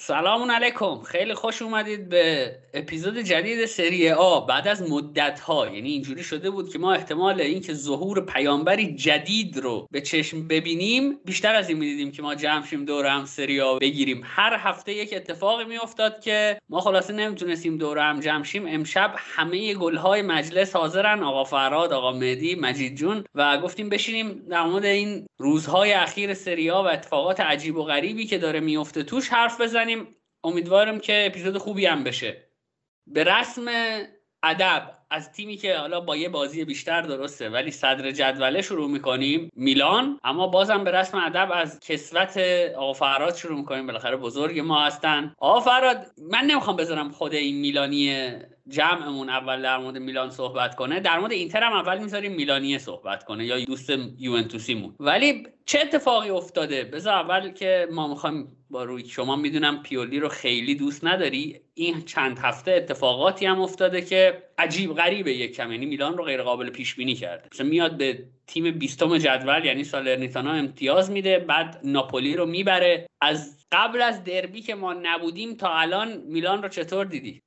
سلام علیکم، خیلی خوش اومدید به اپیزود جدید سری آ. بعد از مدت‌ها، یعنی اینجوری شده بود که ما احتمال اینکه ظهور پیامبری جدید رو به چشم ببینیم بیشتر از این می‌دیدیم که ما جمع شیم دور هم سری آ بگیریم. هر هفته یک اتفاقی میافتاد که ما خلاصه نمیتونستیم دور هم جمع شیم. امشب همه گل‌های مجلس حاضرن، آقا فراد، آقا مهدی، مجید جون، و گفتیم بشینیم در مورد این روزهای اخیر سری آ و اتفاقات عجیب و غریبی که داره میفته توش حرف بزنیم. امیدوارم که اپیزود خوبی هم بشه. به رسم ادب از تیمی که حالا با یه بازی بیشتر درسته ولی صدر جدوله شروع میکنیم، میلان. اما بازم به رسم ادب از کسوت آقا فراد شروع میکنیم، بالاخره بزرگ ما هستن. آقا فراد، من نمیخوام بذارم خود این میلانی جمعمون اول در مورد میلان صحبت کنه، در مورد اینتر هم اول میذاریم میلانی صحبت کنه یا دوست یوونتوسیمون. ولی چه اتفاقی افتاده؟ بذار اول که ما میخوایم با روی شما، میدونم پیولی رو خیلی دوست نداری، این چند هفته اتفاقاتی هم افتاده که عجیب غریبه یکم، یعنی میلان رو غیر قابل پیش بینی کرده. مثلا میاد به تیم 20م جدول یعنی سالرنیتانا امتیاز میده، بعد ناپولی رو میبره. از قبل از دربی که ما نبودیم تا الان میلان رو چطور دیدی؟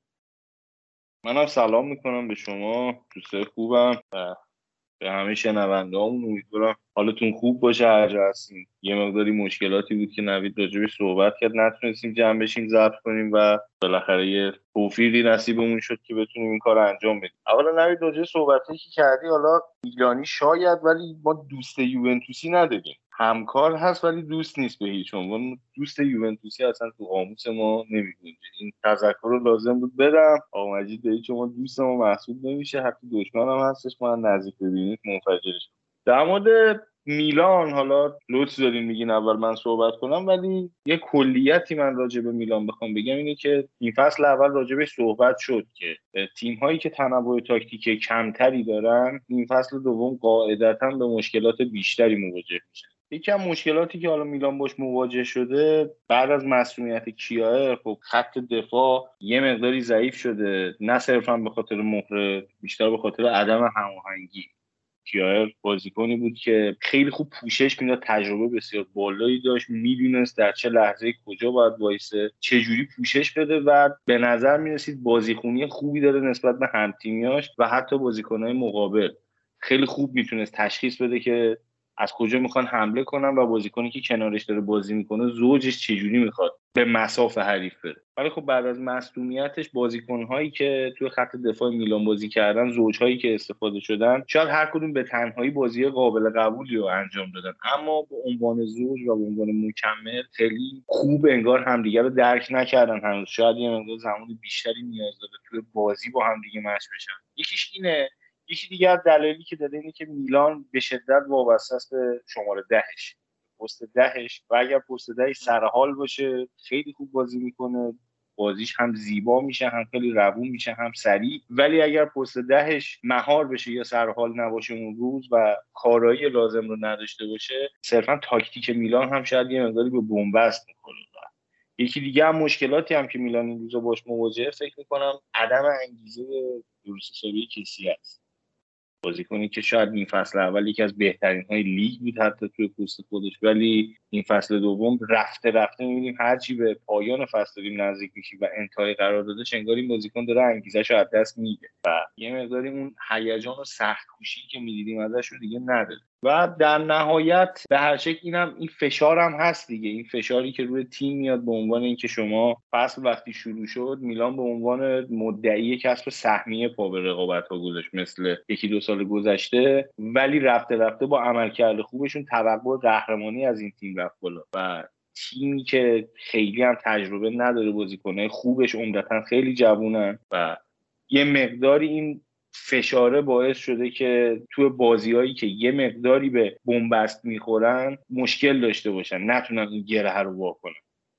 منم سلام میکنم به شما دوستای خوبم و به همه شنونده‌هامون. امیدوارم حالتون خوب باشه هر جا هستین. یه مقداری مشکلاتی بود که نوید راجبش صحبت کرد، نتونستیم جمع بشیم ضبط کنیم و بالاخره یه توفیقی نصیبمون شد که بتونیم این کار انجام بدیم. اولا نوید راجب صحبتی که کردی، حالا میلانی شاید، ولی ما دوست یوونتوسی نداریم. همکار هست ولی دوست نیست به هیچ عنوان. دوست یوونتوسی اصلا تو قاموس ما نمی‌گنجه. این تذکر رو لازم بود بدم. آقا مجید به هیچ عنوان دوست ما محسوب نمیشه، حتی دشمن هم هستش. ما نزدیک ببینید منفجرش. در مورد میلان حالا لطف دارین میگین اول من صحبت کنم، ولی یه کلیتی من راجع به میلان بخوام بگم اینه که این فصل اول راجبش صحبت شد که تیم هایی که تنوع تاکتیکی کمتری دارن این فصل دوم قاعدتاً به مشکلات بیشتری مواجه میشن. یکی از مشکلاتی که حالا میلان باش مواجه شده بعد از مسئولیت کیایر، خب خط دفاع یه مقداری ضعیف شده، نه صرفا به خاطر مهره، بیشتر به خاطر عدم هماهنگی. کیایر بازیکنی بود که خیلی خوب پوشش میداد، تجربه بسیار بالایی داشت، میدونست در چه لحظه کجا باید وایسه، چه جوری پوشش بده و به نظر میرسید بازیخونی خوبی داره نسبت به همتیمیاش و حتی بازیکنهای مقابل. خیلی خوب میتونست تشخیص بده که از کجا میخوان حمله کنن و بازیکنی که کنارش داره بازی میکنه زوجش چجوری میخواد به مسافه حریف بره. ولی خب بعد از مصدومیتش بازیکن‌هایی که توی خط دفاع میلان بازی کردن، زوج‌هایی که استفاده شدن، شاید هر کدوم به تنهایی بازی قابل قبولی رو انجام دادن، اما به عنوان زوج و به عنوان مکمل خیلی خوب انگار همدیگه رو درک نکردن هنوز. شاید یه مقدار زمان بیشتری نیاز داره توی بازی با همدیگه مچ بشن. یکیش اینه. یکی دیگه از دلایلی که داره اینه که میلان به شدت وابسته است به شماره 10ش، پست 10ش، و اگر پست 10 سرحال باشه خیلی خوب بازی میکنه، بازیش هم زیبا میشه، هم خیلی روون میشه، هم سریع. ولی اگر پست 10ش مهار بشه یا سرحال نباشه اون روز و کارایی لازم رو نداشته باشه، صرفا تاکتیک میلان هم شاید یه مقداری به بنبست میکنه. یکی دیگه هم مشکلاتی هم که میلان این روزا باش مواجهه فکر میکنم عدم انگیزه درست حسابی کسی است. بازیکنی که شاید این فصل اول یکی از بهترین های لیگ بود حتی توی پست خودش، ولی این فصل دوم رفته می‌بینیم هرچی به پایان فصل داریم نزدیک میشیم و انتهای قرار داده انگار این بازیکن داره انگیزه‌شو از دست میده و یه مقداری اون هیجان و سخت‌کوشی که می‌دیدیم ازش رو دیگه نداره. و در نهایت به هر شکل این فشار هم هست دیگه، این فشاری که روی تیم میاد به عنوان اینکه شما فصل وقتی شروع شد میلان به عنوان مدعی کسب سهمیه پا به رقابت‌ها گذاشت مثل یکی دو سال گذشته، ولی رفته با عملکرد خوبشون توقع قهرمانی از این تیم رفت بالا و تیمی که خیلی هم تجربه نداره، بازیکن‌های خوبش عمدتاً خیلی جوونن و یه مقداری این فشاره باعث شده که توی بازی‌هایی که یه مقداری به بنبست میخورن مشکل داشته باشن، نتونن این گره رو وا کنن.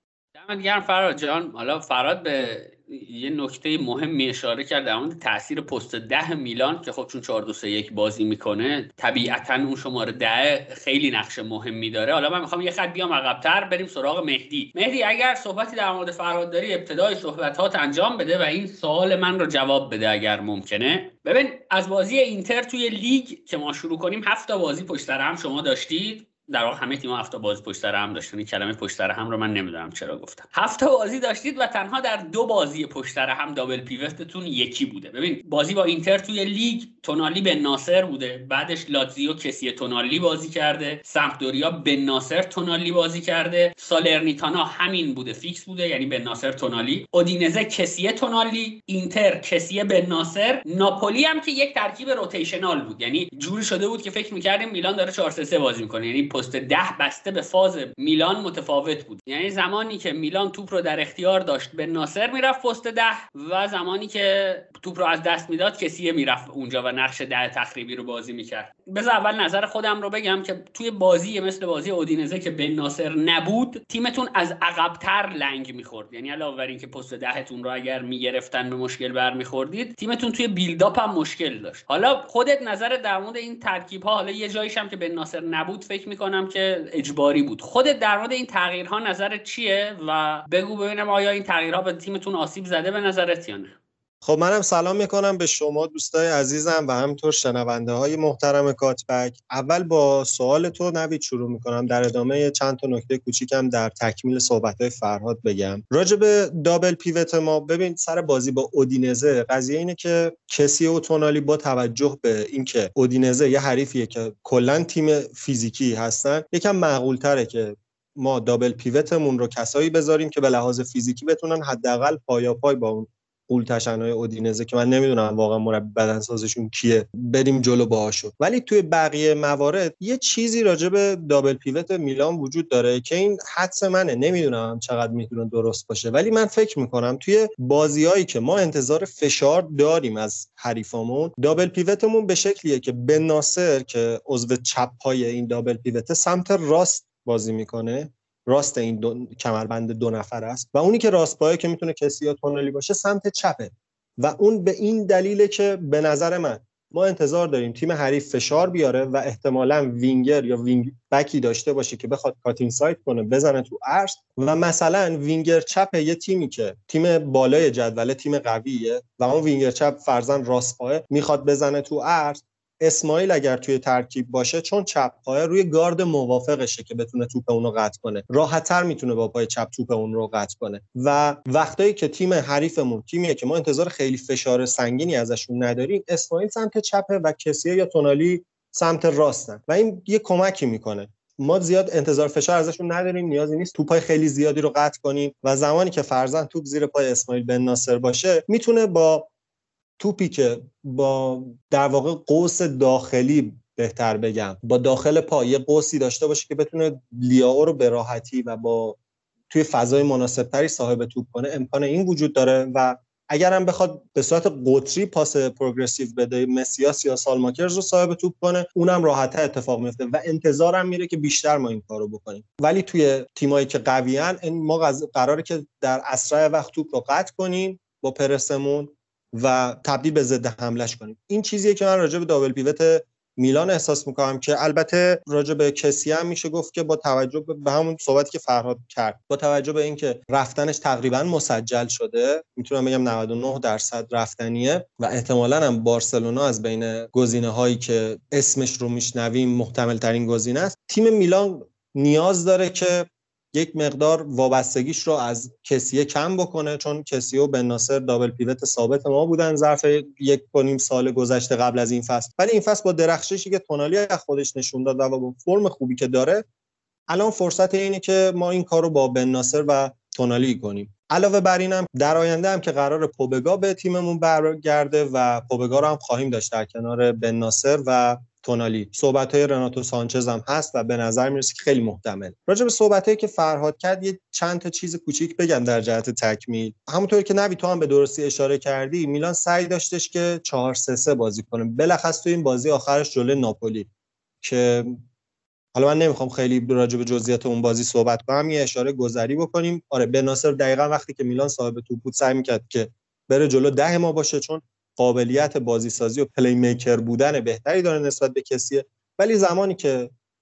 دمت گرم فراد جان. حالا فراد به یه نکته مهمی اشاره کرد در مورد تاثیر پست 10 میلان که خب چون 4-2-3-1 بازی میکنه طبیعتاً اون شماره 10 خیلی نقش مهمی داره. حالا من میخوام یه خط بیام عقب‌تر بریم سراغ مهدی. مهدی اگر صحبتی در مورد فراد داری ابتدای صحبتات انجام بده و این سوال من رو جواب بده اگر ممکنه. ببین از بازی اینتر توی لیگ که ما شروع کنیم 7 تا بازی پشت سر هم شما داشتید در واقع همه تیم‌ها 7 بازی پشت سر هم داشتن. این کلمه پشت سر هم رو من نمیدونم چرا گفتم. 7 بازی داشتید و تنها در 2 بازی پشت سر هم دابل پیوتتون یکی بوده. ببین بازی با اینتر توی لیگ تونالی بن ناصر بوده، بعدش لاتزیو کسی تونالی بازی کرده، سمپدوریا بن ناصر تونالی بازی کرده، سالرنیتانا همین بوده، فیکس بوده، یعنی بن ناصر تونالی، اودینزه کسی تونالی، اینتر کسی بن ناصر، ناپولی هم که یک ترکیب روتیشنال بود، یعنی جوری شده بود که فکر می‌کردیم میلان داره 4-3-3 بازی می‌کنه، یعنی پست 10 بسته به فاز میلان متفاوت بود. یعنی زمانی که میلان توپ رو در اختیار داشت بن ناصر میرفت پست 10 و زمانی که توپ رو از دست میداد کسی میرفت اونجا و نقش 10 تخریبی رو بازی میکرد. بذار اول نظر خودم رو بگم که توی بازی مثل بازی اودینزه که بن ناصر نبود، تیمتون از عقب‌تر لنگ می‌خورد. یعنی علاوه بر این که پست 10 تون رو اگر میگرفتن به مشکل برمیخوردید، تیمتون توی بیلداپ هم مشکل داشت. حالا خودت نظر در مورد این ترکیب‌ها، حالا یه جاییش هم که بن ناصر نبود فکر می‌کنم که اجباری بود. خودت در مورد این تغییرها نظرت چیه و بگو ببینم آیا این تغییرها به تیمتون آسیب زده به نظرت یا نه؟ خب منم سلام میکنم به شما دوستای عزیزم و همینطور شنونده های محترم کاتبک. اول با سوال تو نوید شروع میکنم، در ادامه چند تا نکته کوچیکم در تکمیل صحبت‌های فرهاد بگم. راجع به دابل پیوت ما، ببین سر بازی با اودینزه قضیه اینه که کسی و تونالی با توجه به اینکه اودینزه یه حریفیه که کلا تیم فیزیکی هستن، یکم معقول‌تره که ما دابل پیوتمون رو کسایی بذاریم که به لحاظ فیزیکی بتونن حداقل پایاپای با اون قولتشن‌های اودینزه که من نمیدونم واقعا مربی بدنسازشون کیه بریم جلو باهاشون. ولی توی بقیه موارد یه چیزی راجع به دابل پیوت میلان وجود داره که این حدس منه، نمیدونم چقدر میتونه درست باشه، ولی من فکر میکنم توی بازیایی که ما انتظار فشار داریم از حریفامون، دابل پیوتمون به شکلیه که بن ناصر که عضو چپ پای این دابل پیوت سمت راست بازی میکنه، راست این کمربند 2 نفر است و اونی که راست پایه که میتونه کسی یا تونالی باشه سمت چپه و اون به این دلیله که به نظر من ما انتظار داریم تیم حریف فشار بیاره و احتمالاً وینگر یا وینگ بکی داشته باشه که بخواد کاتینگ سایت کنه بزنه تو عرض و مثلا وینگر چپ یه تیمی که تیم بالای جدول تیم قویه و اون وینگر چپ فرضاً راست پایه میخواد بزنه تو عرض، اسماعیل اگر توی ترکیب باشه چون چپ پایه روی گارد موافقشه که بتونه توپ اون رو قطع کنه، راحت‌تر میتونه با پای چپ توپ اون رو قطع کنه و وقتایی که تیم حریفمون تیمیه که ما انتظار خیلی فشار سنگینی ازشون نداریم، اسماعیل سمت چپه و کسیه یا تونالی سمت راستن و این یه کمکی میکنه. ما زیاد انتظار فشار ازشون نداریم، نیازی نیست توپای خیلی زیادی رو قطع کنیم و زمانی که فرضاً توپ زیر پای اسماعیل بن ناصر باشه میتونه با توپی که با در واقع قوس داخلی، بهتر بگم با داخل پا یه قوسی داشته باشه که بتونه لیاو رو به راحتی و با توی فضای مناسبتری صاحب توپ کنه، امکان این وجود داره و اگرم بخواد به صورت قطری پاس پروگرسیو بده، مسیاس یا سالماکرز رو صاحب توپ کنه، اونم راحت‌تر اتفاق میفته و انتظارم میره که بیشتر ما این کارو بکنیم. ولی توی تیمایی که قویان ما قراره که در اسرع وقت توپ رو قطع کنیم با پرسمون و تبدیل به ضد حملهش کنیم. این چیزیه که من راجع به دابل پیوت میلان احساس میکنم که البته راجع به کسی هم میشه گفت که با توجه به همون صحبتی که فرهاد کرد، با توجه به اینکه رفتنش تقریبا مسجل شده، میتونم بگم 99% رفتنیه و احتمالاً هم بارسلونا از بین گزینه‌هایی که اسمش رو میشنویم محتمل ترین گزینه است. تیم میلان نیاز داره که یک مقدار وابستگیش رو از کسیه کم بکنه، چون کسیه و بن ناصر دابل پیوت ثابت ما بودن ظرف 1.5 سال گذشته قبل از این فصل، ولی این فصل با درخششی که تونالی از خودش نشون داد و با فرم خوبی که داره، الان فرصت اینه که ما این کارو با بن ناصر و تونالی کنیم. علاوه بر اینم در آینده هم که قرار پوبگا به تیممون برگرده و پوبگا رو هم خواهیم داشت در کنار بن ناصر و تونالی. صحبت‌های رناتو سانچز هم هست و به نظر میرسه که خیلی محتمل. راجع به صحبتایی که فرهاد کرد یه چند تا چیز کوچیک بگم در جهت تکمیل. همونطور که نوید تو هم به درستی اشاره کردی، میلان سعی داشتش که 4-3-3 بازی کنه، بلخص تو این بازی آخرش جلوی ناپولی که حالا من نمیخوام خیلی راجع به جزئیات اون بازی صحبت کنم، یه اشاره گذری بکنیم. آره بن ناصر دقیقاً وقتی که میلان صاحب توپ بود سعی می‌کرد که بره جلو 10 ما باشه، چون قابلیت بازی سازی و پلی میکر بودن بهتری داره نسبت به کسیه، ولی زمانی که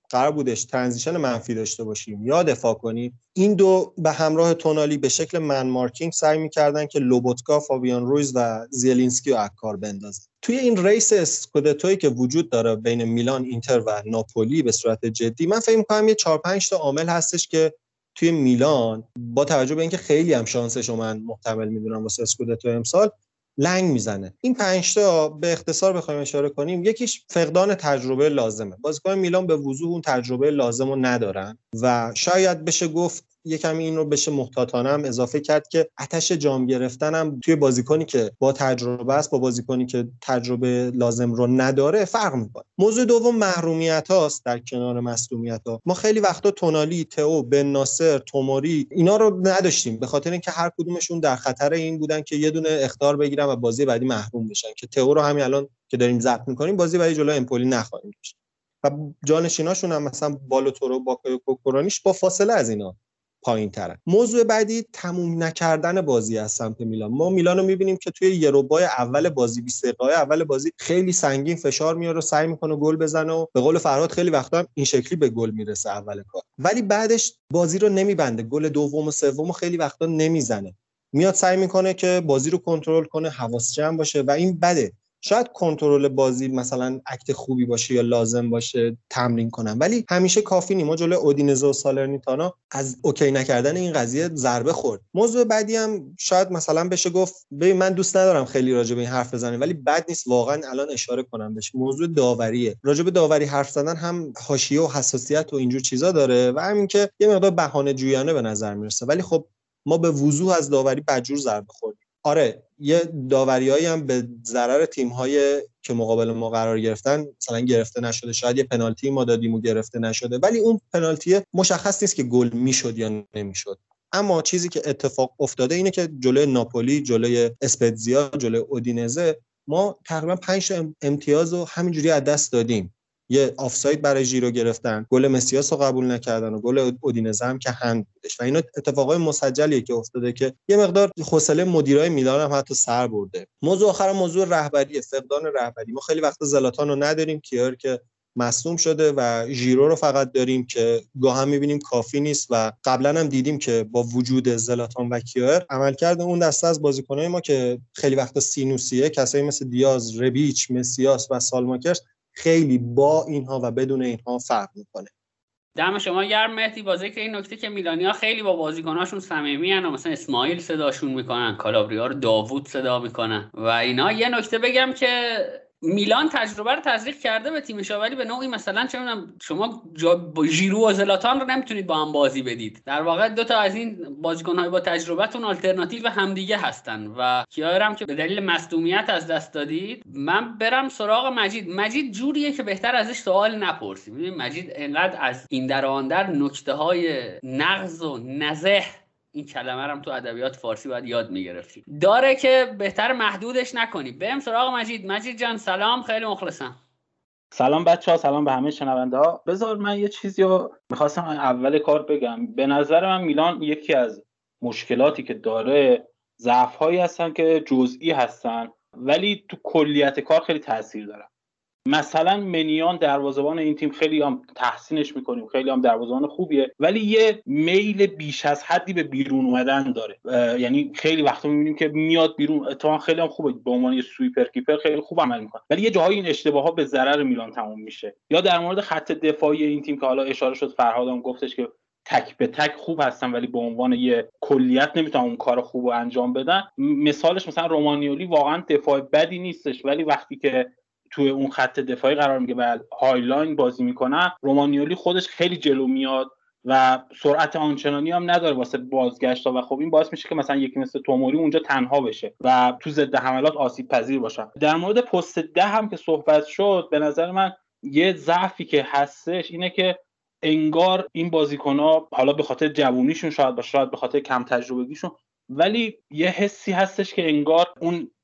قرار بودش ترانزیشن منفی داشته باشیم یا دفاع کنیم، این دو به همراه تونالی به شکل من مارکینگ سعی می‌کردن که لوبوتکا، فابیان رویز و زیلینسکی رو از کار بندازن. توی این ریس اسکودتویی که وجود داره بین میلان، اینتر و ناپولی به صورت جدی، من فکر می‌کنم یه 4-5 تا عامل هستش که توی میلان با توجه به اینکه خیلی هم شانسشو من محتمل میدونم واسه اسکودتو امسال لنگ میزنه. این 5 تا به اختصار بخوایم اشاره کنیم، یکیش فقدان تجربه لازمه. بازیکن میلان به وضوح اون تجربه لازمو ندارن و شاید بشه گفت یکمی این رو بشه محتاطانه هم اضافه کرد که آتش جام گرفتن هم توی بازیکنی که با تجربه است با بازیکنی که تجربه لازم رو نداره فرق میکنه. موضوع دوم محرومیت‌هاست در کنار مصدومیت‌ها. ما خیلی وقتا تونالی، تئو، بن ناصر، توموری اینا رو نداشتیم به خاطر اینکه هر کدومشون در خطر این بودن که یه دونه اخطار بگیرن و بازی بعدی محروم بشن، که تئو رو همین الان که داریم ضبط می‌کنیم بازی بعدی جلوی امپولی نخواهیم داشت و جانشیناشون هم مثلا بالوتورو، باکایوکو، کورانیش با فاصله از اینا پایین‌ترن. موضوع بعدی تموم نکردن بازی از سمت میلان. ما میلانو می‌بینیم که توی یه ربع اول بازی 20 دقیقه اول بازی خیلی سنگین فشار میاره و سعی می‌کنه گل بزنه و به قول فرهاد خیلی وقتا هم این شکلی به گل میرسه اول کار، ولی بعدش بازی رو نمیبنده، گل دوم و سوم خیلی وقتا نمیزنه، میاد سعی می‌کنه که بازی رو کنترل کنه، حواس جمع باشه و این بده. شاید کنترل بازی مثلا اکت خوبی باشه یا لازم باشه تمرین کنم، ولی همیشه کافی نیست. ما جلوی اودینزه و سالرنیتانا از اوکی نکردن این قضیه ضربه خورد. موضوع بعدی هم شاید مثلا بشه گفت، ببین من دوست ندارم خیلی راجع به این حرف بزنم ولی بد نیست واقعا الان اشاره کنم بهش، موضوع داوریه. راجع به داوری حرف زدن هم حاشیه و حساسیت و اینجور چیزا داره و همین که یه مقدار بهانه جویانه به نظر میرسه، ولی خب ما به وضوح از داوری بدجور ضربه خوردیم. آره یه داوریایی هم به ضرر تیم‌های که مقابل ما قرار گرفتن مثلا گرفته نشده، شاید یه پنالتی ما دادیم و گرفته نشده، ولی اون پنالتی مشخص نیست که گل میشد یا نمیشد. اما چیزی که اتفاق افتاده اینه که جلوی ناپولی، جلوی اسپتزیا، جلوی اودینزه ما تقریبا 5 امتیاز رو همینجوری از دست دادیم. یه آفساید برای ژیرو گرفتن، گل مسیاس رو قبول نکردن و گل اودینزه هم که هند بودش و اینا اتفاقای مسجلیه که افتاده که یه مقدار حوصله مدیرای میلان هم حتی سر برده. موضوع آخر موضوع رهبریه، فقدان رهبری. ما خیلی وقت زلاتان رو نداریم، کیار که مصدوم شده و ژیرو رو فقط داریم که گاه هم می‌بینیم کافی نیست و قبلا هم دیدیم که با وجود زلاتان و کیار عملکرد اون دسته از بازیکنای ما که خیلی وقت سینوسیه، کسایی مثل دیاز، ربیچ، مسیاس و سالماکرز خیلی با اینها و بدون اینها فرق میکنه. دم شما گرم مهدی. با ذکر این نکته که میلانی‌ها خیلی با بازیکناشون صمیمی‌ان و مثلا اسماعیل صداشون میکنن، کالابریا رو داوود صدا میکنن و اینا، یه نکته بگم که میلان تجربه رو تزریق کرده به تیمش، ولی به نوعی مثلا چه می‌دونم شما با ژیرو و زلاتان رو نمیتونید با هم بازی بدید. در واقع دو تا از این بازیکن‌های با تجربه‌تون آلترناتیو همدیگه هستن و کیارم که به دلیل مصدومیت از دست دادید. من برم سراغ مجید جوریه که بهتر ازش سوال نپرسیم. ببین مجید انقدر از این در آن در نکته‌های نقض و نزه، این کلمه رو تو ادبیات فارسی باید یاد میگرفتیم، داره که بهتر محدودش نکنی. بریم سراغ مجید جان سلام، خیلی مخلصم. سلام بچه‌ها، سلام به همه شنونده‌ها. بذار من یه چیزی رو می‌خواستم اول کار بگم. به نظر من میلان یکی از مشکلاتی که داره ضعف‌هایی هستن که جزئی هستن ولی تو کلیت کار خیلی تاثیر دارن. مثلا منیان دروازه‌بان این تیم خیلی هم تحسینش میکنیم، خیلی هم دروازه‌بان خوبیه ولی یه میل بیش از حدی به بیرون اومدن داره. یعنی خیلی وقتا میبینیم که میاد بیرون، اتفاقا خیلی هم خوبه به عنوان یه سویپر کیپر خیلی خوب عمل میکنه، ولی یه جاهای این اشتباهات به ضرر میلان تموم میشه. یا در مورد خط دفاعی این تیم که حالا اشاره شد، فرهادم گفتش که تک به تک خوب هستن ولی به عنوان یه کلیت نمیتونن اون کار خوب رو انجام بدن. مثالش مثلا رومانیولی واقعا دفاع بدی نیستش ولی وقتی که توی اون خط دفاعی قرار میگه و هایلاین بازی میکنه، رومانیولی خودش خیلی جلو میاد و سرعت آنچنانی هم نداره واسه بازگشت و خب این باعث میشه که مثلا یکی مثل توموری اونجا تنها بشه و تو ضد حملات آسیب پذیر باشه. در مورد پست 10 هم که صحبت شد، به نظر من یه ضعفی که هستش اینه که انگار این بازیکن‌ها حالا به خاطر جوونیشون شاید باشه، شاید به خاطر کم تجربگیشون، ولی یه حسی هستش که انگار اون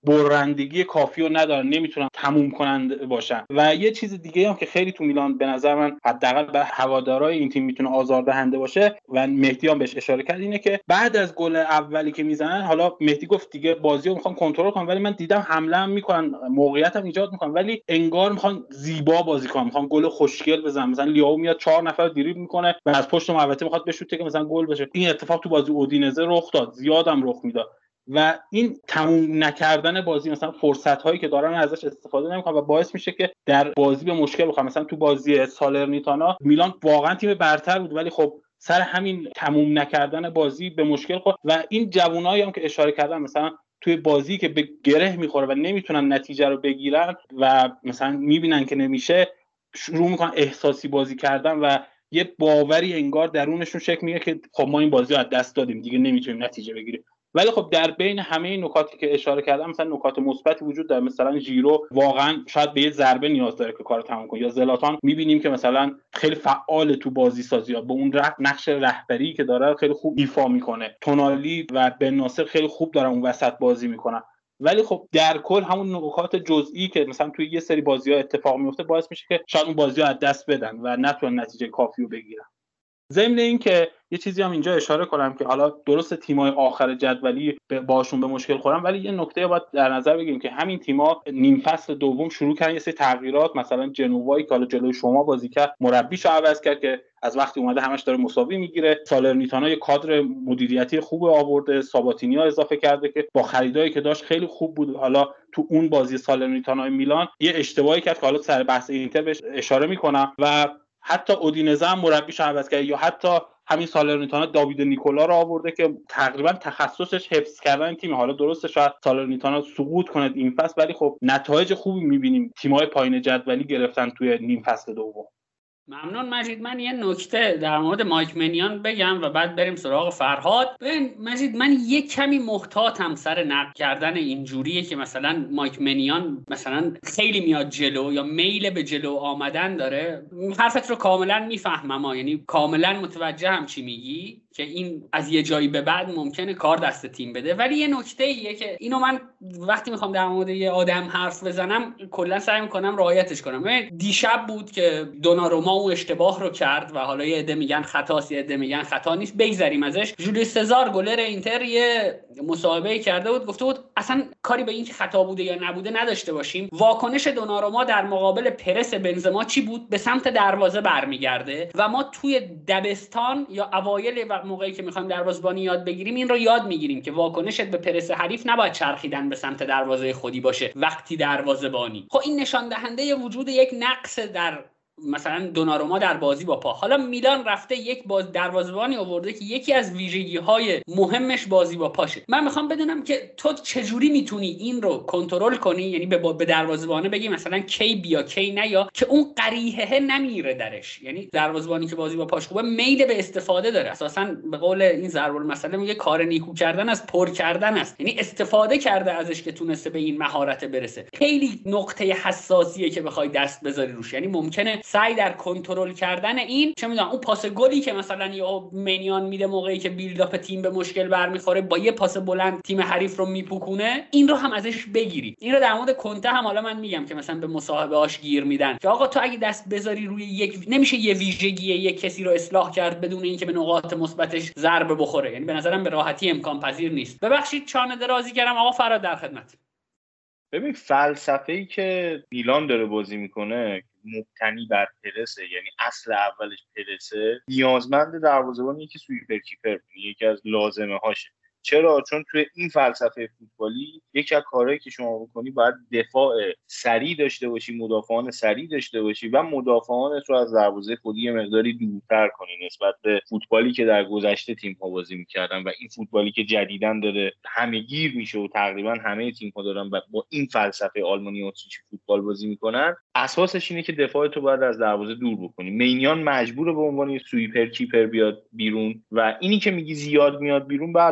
برندگی کافی رو ندارن، نمیتونن تموم کننده باشن. و یه چیز دیگه هم که خیلی تو میلان به نظر من حداقل به هوادارهای این تیم میتونه آزاردهنده باشه و مهدی هم بهش اشاره کرد، اینه که بعد از گل اولی که میزنن، حالا مهدی گفت دیگه بازی رو میخوام کنترل کنم، ولی من دیدم حمله هم میکنن، موقعیت هم ایجاد میکنن، ولی انگار میخوان زیبا بازی کنن، میخوان گل خوشگل بزنن. مثلا لیاو میاد 4 نفر دریبل میکنه و از پشت محوطه میخواد بشوته که مثلا گل بشه. این اتفاق تو بازی اودینزه رخ داد، زیادم رخ میداد. و این تموم نکردن بازی، مثلا فرصت هایی که دارن ازش استفاده نمیکنن و باعث میشه که در بازی به مشکل بخوره. مثلا تو بازی سالرنیتانا میلان واقعا تیم برتر بود، ولی خب سر همین تموم نکردن بازی به مشکل خورد. و این جوونایی هم که اشاره کردم، مثلا توی بازی که به گره میخوره و نمیتونن نتیجه رو بگیرن و مثلا میبینن که نمیشه، شروع میکنن احساسی بازی کردن و یه باوری انگار درونشون شکل میگیره که خب ما این بازی رو از دست دادیم، دیگه نمیتونیم نتیجه بگیریم. ولی خب در بین همه این نکاتی که اشاره کردم، مثلا نکات مثبتی وجود داره. مثلا ژیرو واقعا شاید به یه ضربه نیاز داره که کارو تموم کنه، یا زلاتان میبینیم که مثلا خیلی فعال تو بازی سازی ها، به اون نقش رهبری که داره خیلی خوب ایفا میکنه. تونالی و بن ناصر خیلی خوب دارن اون وسط بازی میکنن. ولی خب در کل همون نکات جزئی که مثلا توی یه سری بازی‌ها اتفاق میفته باعث میشه که شاید اون بازی‌ها از دست بدن و نتونن نتیجه کافی رو بگیرن. ضمن این که یه چیزی هم اینجا اشاره کنم که حالا درست تیم‌های آخر جدولی باشون به مشکل خورن، ولی یه نکته باید در نظر بگیریم که همین تیم‌ها نیم فصل دوم شروع کردن یه سری تغییرات. مثلا جنوایی که حالا جلوی شما بازی کرد، مربیشو عوض کرد که از وقتی اومده همش داره مساوی میگیره. سالرنیتانا یه کادر مدیریتی خوب آورده، ساباتینیا اضافه کرده که با خریدایی که داشت خیلی خوب بود. حالا تو اون بازی سالرنیتانا میلان یه اشتباهی کرد که حالا سر بحث اینتر بهش اشاره می‌کنم، و حتی اودینزه هم مربیش عوض کرد، یا حتی همین سالرنیتانا داوید نیکولا رو آورده که تقریبا تخصصش حفظ کردن تیم. حالا درسته شاید سالرنیتانا سقوط کنه این فصل، ولی خب نتایج خوبی می‌بینیم تیم‌های پایین جدولی گرفتن توی نیم فصل دوم. ممنون مجید. من یه نکته در مورد مایک منیان بگم و بعد بریم سراغ فرهاد. ببین مجید، من یه کمی محتاطم سر نقد کردن اینجوریه که مثلا مایک منیان مثلا خیلی میاد جلو یا میل به جلو آمدن داره. حرفت رو کاملا میفهمم، یعنی کاملا متوجهم چی میگی که این از یه جایی به بعد ممکنه کار دست تیم بده. ولی یه نکته ایه که اینو من وقتی میخوام در مورد یه آدم حرف بزنم کلا سعی میکنم رعایتش کنم. دیشب بود که دوناروما اون اشتباه رو کرد و حالا یه عده میگن خطاست، یه عده میگن خطا نیست، بگذریم ازش. جولیوس سزار گلر اینتر یه مصاحبه کرده بود، گفته بود اصلا کاری به این که خطا بوده یا نبوده نداشته باشیم. واکنش دوناروما در مقابل پرس بنزما چی بود؟ به سمت دروازه برمیگرده و ما توی دبستان یا اوایل موقعی که میخوایم دروازه‌بانی یاد بگیریم این رو یاد میگیریم که واکنشت به پرس حریف نباید چرخیدن به سمت دروازه خودی باشه وقتی دروازه‌بانی. خب این نشان دهنده وجود یک نقص در مثلا دوناروما در بازی با پا. حالا میلان رفته یک دروازه‌بانی آورده که یکی از ویژگی‌های مهمش بازی با پاشه. من میخوام بدونم که تو چجوری میتونی این رو کنترل کنی، یعنی به دروازه‌بان بگی مثلا کی بیا کی نیا که اون قریحه نمیره درش. یعنی دروازه‌بانی که بازی با پاش خوبه میل به استفاده داره. اساسا به قول این ضرب المثل میگه کار نیکو کردن از پر کردن است، یعنی استفاده کرده ازش که تونسته به این مهارت برسه. خیلی نقطه حساسیه که بخوای دست بذاری روش. یعنی ممکنه سعی در کنترل کردن این، چه میدونم اون پاس گلی که مثلا یا منیان میده موقعی که بیلداپ تیم به مشکل برمیخوره، با یه پاس بلند تیم حریف رو میپوکونه، این رو هم ازش بگیری. این رو در مورد کنته هم حالا من میگم که مثلا به مصاحبه‌اش گیر میدن که آقا تو اگه دست بذاری روی یک، نمیشه یه ویژگی یک کسی رو اصلاح کرد بدون اینکه به نقاط مثبتش ضربه بخوره. یعنی به نظرم به راحتی امکان پذیر نیست. ببخشید چانه درازی کردم. آقا فراد در خدمت. ببین فلسفه‌ای که میلان داره بازی میکنه مبتنی بر پرسه، یعنی اصل اولش پرسه، نیازمند دروازه‌بانی که سویپر کیپر، یکی از لازمه هاشه. چرا؟ چون توی این فلسفه فوتبالی یکی از کارهایی که شما بکنی باید دفاع سریع داشته باشی، مدافعان سریع داشته باشی و مدافعانت رو از دروازه خودی یه مقداری دورتر کنی نسبت به فوتبالی که در گذشته تیم‌ها بازی می‌کردن و این فوتبالی که جدیداً داره همه‌گیر میشه و تقریبا همه تیم‌ها دارن با این فلسفه آلمانی اوتریچ فوتبال بازی می‌کنن. اساسش اینه که دفاع تو باید از دروازه دور بکنی. مینیان مجبوره به عنوان سویپر کیپر بیاد بیرون و اینی که میگی زیاد میاد بیرون، بله خب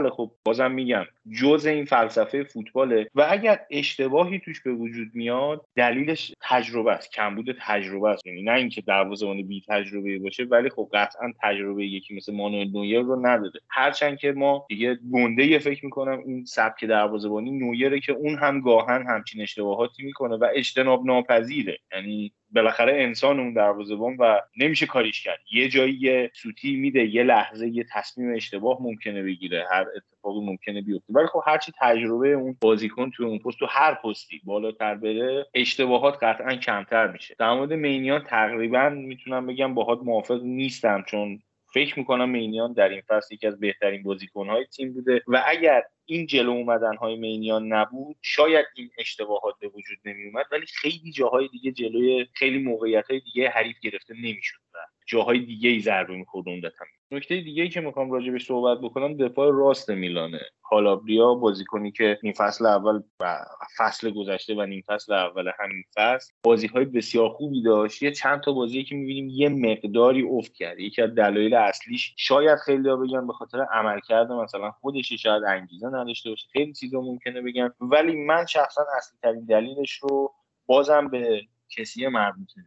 بازم میگم جزء این فلسفه فوتباله و اگر اشتباهی توش به وجود میاد دلیلش تجربه است، کمبود تجربه است. یعنی نه اینکه دروازه‌بان بی تجربه باشه، ولی خب قطعا تجربه یکی مثل مانوئل نویر رو نداده. هرچند که ما دیگه گنده فکر میکنم این سبک دروازه‌بانی نویره که اون هم گاهن همچین اشتباهاتی میکنه و اجتناب ناپذیره. یعنی بالاخره انسان اون دروازه‌بان و نمیشه کاریش کرد. یه جایی یه سوتی میده، یه لحظه یه تصمیم اشتباه ممکنه بگیره، هر اتفاقی ممکنه بیفته. ولی خب هرچی تجربه اون بازیکن تو اون پست، تو هر پستی بالاتر بره، اشتباهات قطعا کمتر میشه. در مورد مینیان تقریبا میتونم بگم باهات موافق نیستم، چون فکر میکنم مینیان در این فصل یکی از بهترین بازیکن‌های تیم بوده و اگر این جلو اومدن‌های مینیان نبود شاید این اشتباهات به وجود نمی‌اومد، ولی خیلی جاهای دیگه جلوی خیلی موقعیت‌های دیگه حریف گرفته نمی‌شد و جاهای دیگه‌ای ضربه می‌خورد عمدتاً. نکته دیگه‌ای که می‌خوام راجعش صحبت بکنم دفاع راست میلانه. کالابریا بازیکنی که این فصل اول و فصل گذشته و نیم فصل اول همین فصل بازی‌های بسیار خوبی داشت. یه چند تا بازی که می‌بینیم یه مقداری افت کرد. یکی از دلایل اصلیش شاید خیلی‌ها بگن به خاطر عملکرد مثلا خودش، شاید انگیزه نداشته باشه، خیلی چیزا ممکنه بگن، ولی من شخصا اصلی ترین دلیلش رو بازم به کسی مربوط می‌دونم.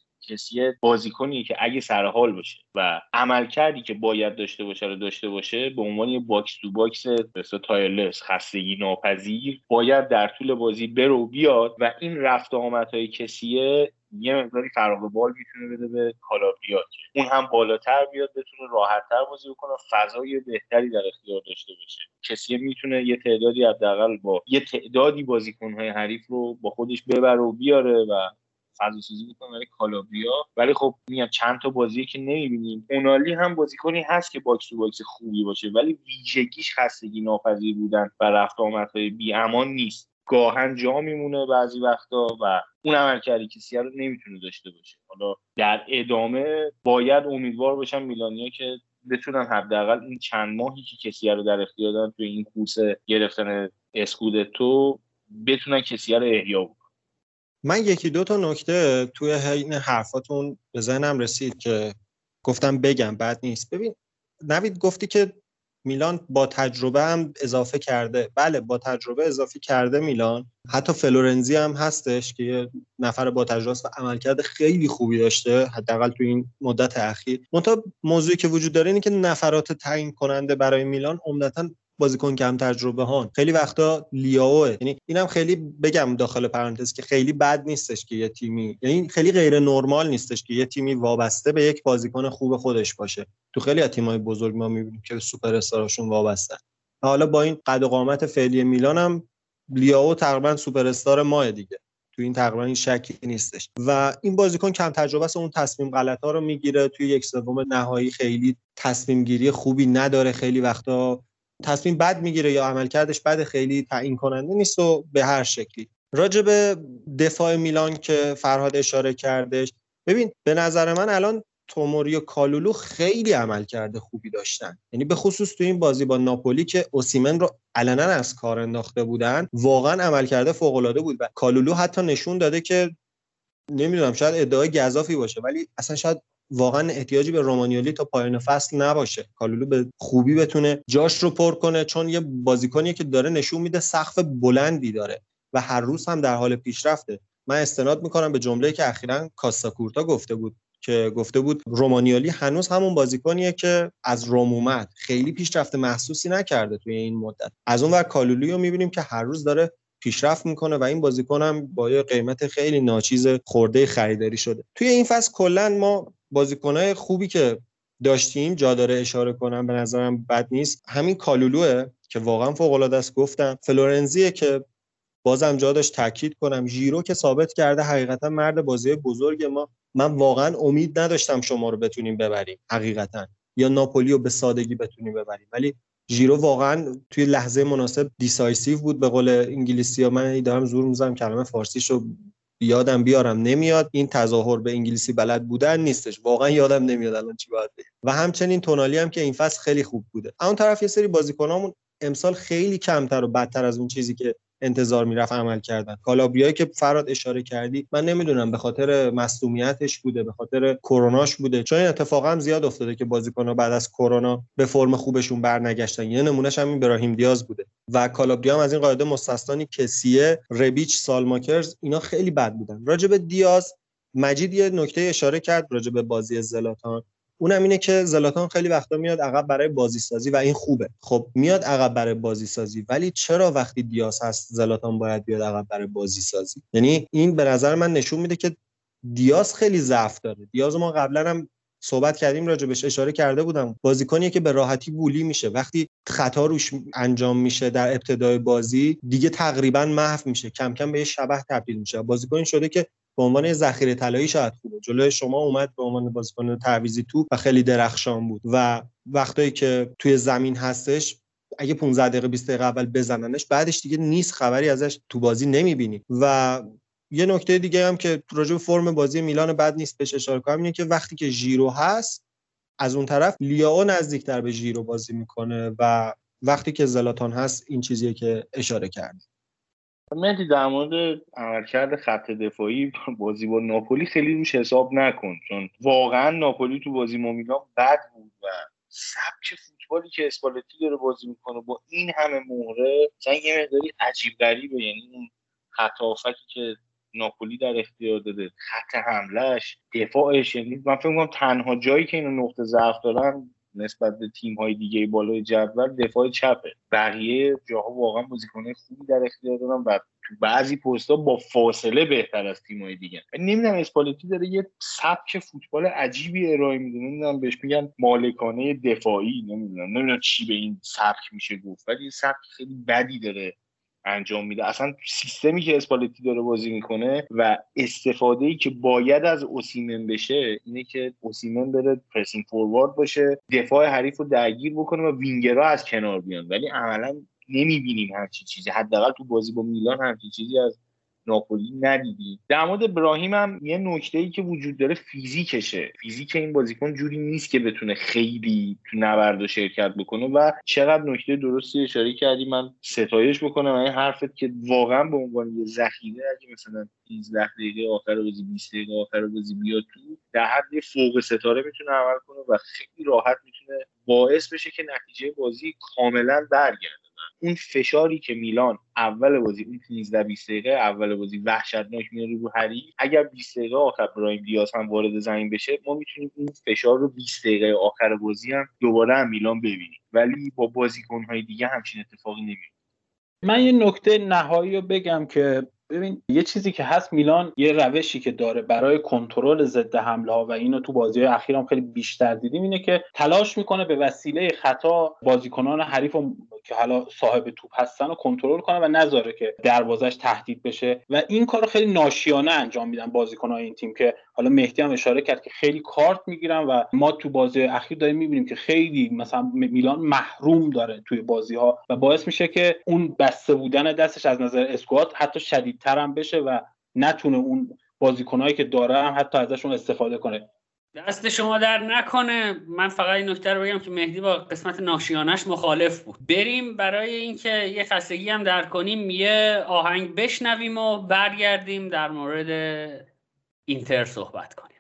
کسی بازیکنی که اگه سر حال باشه و عملکردی که باید داشته باشه رو داشته باشه، به عنوان یه باکس تو باکس مثلا تایرلس، خستگی ناپذیر، باید در طول بازی بره و بیاد و این رفت و آمدهای کسیه یه مقداری فراغ بال میتونه بده به کالابریا که اون هم بالاتر بیاد، بتونه راحت‌تر بازی بکنه، فضای بهتری در اختیار داشته باشه. کسی میتونه یه تعدادی حداقل با یه تعدادی بازیکن‌های حریف رو با خودش ببره و بیاره و فضا سازی میکنه برای کالابریا. ولی خب میگم چند تا بازی که نمیبینیم. اونالی هم بازیکنی هست که باکس تو باکس خوبی باشه، ولی ویژگیش خستگی ناپذیر بودن و رفت آمدهای بی امان نیست. گاهن جا میمونه بعضی وقتا و اون عملکردی کسی رو نمیتونه داشته باشه. حالا در ادامه باید امیدوار باشم میلانیا که بتونن حداقل این چند ماهی که کسی رو در اختیار دارن تو این کورس گرفتن اسکودتو بتونن کسی رو احیا کنن. من یکی دو تا نکته توی این حرفاتون به ذهنم رسید که گفتم بگم، بد نیست. ببین نوید، گفتی که میلان با تجربه هم اضافه کرده. بله، با تجربه اضافه کرده میلان. حتی فلورنزی هم هستش که یه نفر با تجربه است و عملکرد خیلی خوبی داشته حداقل تو این مدت اخیر. منتها موضوعی که وجود داره اینه که نفرات تعیین کننده برای میلان عمدتاً بازیکن کم تجربه هان. خیلی وقتا لیاوه. یعنی اینم خیلی بگم داخل پرانتز که خیلی بد نیستش که یه تیمی، یعنی خیلی غیر نرمال نیستش که یه تیمی وابسته به یک بازیکن خوب خودش باشه. تو خیلی از تیم‌های بزرگ ما می‌بینیم که سوپر استاراشون وابستن. حالا با این قد و قامت فعلی میلان هم لیاو تقریبا سوپر استار ماه دیگه. تو این تقریبا این شکی نیستش و این بازیکن کم تجربه است، اون تصمیم غلط‌ها رو میگیره. توی یک سوم نهایی خیلی تصمیم گیری خوبی نداره، خیلی وقتا تصمیم بد میگیره یا عملکردش بد، خیلی تعیین کننده نیست و به هر شکلی. راجع به دفاع میلان که فرهاد اشاره کردش، ببین به نظر من الان توموری و کالولو خیلی عملکرد خوبی داشتن. یعنی به خصوص تو این بازی با ناپولی که اوسیمن رو علنا از کار انداخته بودن، واقعا عملکرد فوق‌العاده بود و کالولو حتی نشون داده که نمیدونم شاید ادعای گزافی باشه ولی اصلا شاید واقعا احتیاجی به رومانیولی تا پایان فصل نباشه. کالولو به خوبی بتونه جاش رو پر کنه، چون یه بازیکنیه که داره نشون میده سقف بلندی داره و هر روز هم در حال پیشرفته. من استناد میکنم به جمله‌ای که اخیراً کاستاکورتا گفته بود رومانیولی هنوز همون بازیکنیه که از روم اومد، خیلی پیشرفت محسوسی نکرده توی این مدت. از اون ور کالولو رو میبینیم که هر روز داره پیشرفت میکنه و این بازیکن هم با یه قیمت خیلی ناچیز خورده خریداری شده. توی این فصل کلا ما بازیکنای خوبی که داشتیم جا داره اشاره کنم، به نظرم بد نیست. همین کالولوه که واقعا فوق العاده است، گفتم فلورنزیه که بازم جا داشت تاکید کنم، ژیرو که ثابت کرده حقیقتا مرد بازی بزرگ ما. من واقعا امید نداشتم شما رو بتونیم ببریم حقیقتا، یا ناپولی رو به سادگی بتونیم ببریم، ولی ژیرو واقعا توی لحظه مناسب دیسایسیو بود. به قول انگلیسی‌ها، من دارم زور می‌زنم کلمه فارسیشو یادم بیارم نمیاد، این تظاهر به انگلیسی بلد بودن نیستش، واقعا یادم نمیاد الان چی باید بگم. و همچنین تونالی هم که این فصل خیلی خوب بوده. اون طرف یه سری بازیکنامون امسال خیلی کمتر و بدتر از اون چیزی که انتظار میرفت عمل کردن. کالابریایی که فراد اشاره کردی، من نمیدونم به خاطر مصدومیتش بوده، به خاطر کروناش بوده، چون این اتفاقا هم زیاد افتاده که بازیکن‌ها بعد از کرونا به فرم خوبشون برنگشتن. یه نمونهش هم ابراهیم دیاز بوده و کالابریا هم از این قاعده مستثنی. کسیه، ربیچ، سالماکرز اینا خیلی بد بودن. راجع به دیاز مجید یه نکته اشاره کرد راجع به بازی زلاتان، اونم اینه که زلاتان خیلی وقتا میاد عقب برای بازی سازی و این خوبه. خب میاد عقب برای بازی سازی، ولی چرا وقتی دیاز هست زلاتان باید بیاد عقب برای بازی سازی؟ یعنی این به نظر من نشون میده که دیاز خیلی ضعف داره. دیاز ما قبلا هم صحبت کردیم راجبش، اشاره کرده بودم، بازیکنیه که به راحتی گولی میشه، وقتی خطا روش انجام میشه در ابتدای بازی دیگه تقریبا محو میشه، کم کم به یه شبح تبدیل میشه. بازیکن شده که به عنوان ذخیره طلایی شاید خوبه، جلوی شما اومد به عنوان بازیکن تعویضی تو و خیلی درخشان بود و وقتی که توی زمین هستش اگه 15 دقیقه 20 دقیقه اول بزننش بعدش دیگه نیست، خبری ازش تو بازی نمیبینی. و یه نکته دیگه هم که راجع به فرم بازی میلان بد نیست بهش اشاره کنم اینه که وقتی که ژیرو هست از اون طرف لیاو نزدیکتر به ژیرو بازی میکنه و وقتی که زلاتان هست این چیزیه که اشاره کرد. مهدی در مورد عملکرد خط دفاعی بازی با ناپولی خیلی روش حساب نکن، چون واقعا ناپولی تو بازی با میلان بد بود و سبک فوتبالی که اسپالتی داره بازی میکنه با این همه مهره مثلا یه مقداری عجیب غریبه. یعنی اون خط هافکی که ناپولی در اختیار داده، خط حملهش، دفاعش، یعنی من فکر می‌کنم تنها جایی که اینا نقطه ضعف دارن نسبت به تیم‌های دیگه بالای جدول دفاع چپه. بقیه جاها واقعا بازیکن‌های خوبی در اختیار دارن و تو بعضی پست‌ها با فاصله بهتر از تیم‌های دیگه. نمیدونم اسپالتی داره یه سبک فوتبال عجیبی ارائه میده، نمیدونم بهش میگن مالکانه دفاعی، نمیدونم چی به این سبک میشه گفت، ولی سبک خیلی بدی داره انجام میده. اصلا سیستمی که اسپالتی داره بازی میکنه و استفاده‌ای که باید از اوسیمن بشه اینه که اوسیمن بره پرسینگ فوروارد باشه، دفاع حریف رو درگیر بکنه و وینگرها از کنار بیان، ولی عملا نمیبینیم همچین چیزی. حداقل تو بازی با میلان همچین چیزی از ناپولی ندیدیم. در مورد ابراهیم هم یه نکته‌ای که وجود داره فیزیکشه. فیزیک این بازیکن جوری نیست که بتونه خیلی تو نبرد شرکت بکنه و چقدر نکته درستی اشاره کردی، من ستایش بکنم این حرفت که واقعا به عنوان یه ذخیره اگه مثلا 15 دقیقه آخر بازی 20 دقیقه آخر بازی بیاد تو در حد فوق ستاره میتونه عمل کنه و خیلی راحت میتونه باعث بشه که نتیجه بازی کاملا برگرده. اون فشاری که میلان اول بازی اون 15 20 دقیقه اول بازی وحشتناک میاره رو حریف، اگر 20 دقیقه آخر برایم دیاز هم وارد زمین بشه ما میتونیم اون فشار رو 20 دقیقه آخر بازی هم دوباره هم میلان ببینیم، ولی با بازیکن‌های دیگه همچین اتفاقی نمیفته. من یه نکته نهایی رو بگم که ببین یه چیزی که هست، میلان یه روشی که داره برای کنترل ضد حمله ها و اینو تو بازی‌های اخیر هم خیلی بیشتر دیدیم اینه که تلاش میکنه به وسیله خطا بازیکنان حریف که حالا صاحب توپ هستن رو کنترل کنه و نذاره که دروازش تهدید بشه و این کارو خیلی ناشیانه انجام میدن بازیکن‌های این تیم که حالا مهدی هم اشاره کرد که خیلی کارت میگیرن و ما تو بازی اخیر داریم میبینیم که خیلی مثلا میلان محروم داره توی بازی‌ها و باعث میشه که اون بسته بودن دستش از نظر اسکواد حتی شدیدتر هم بشه و نتونه اون بازیکنایی که داره هم حتی ازشون استفاده کنه. دست شما در نکنه. من فقط این نکته رو بگم که مهدی با قسمت ناشیانش مخالف بود. بریم برای اینکه یه خستگی هم در کنیم یه آهنگ بشنویم و برگردیم در مورد اینتر صحبت کنیم.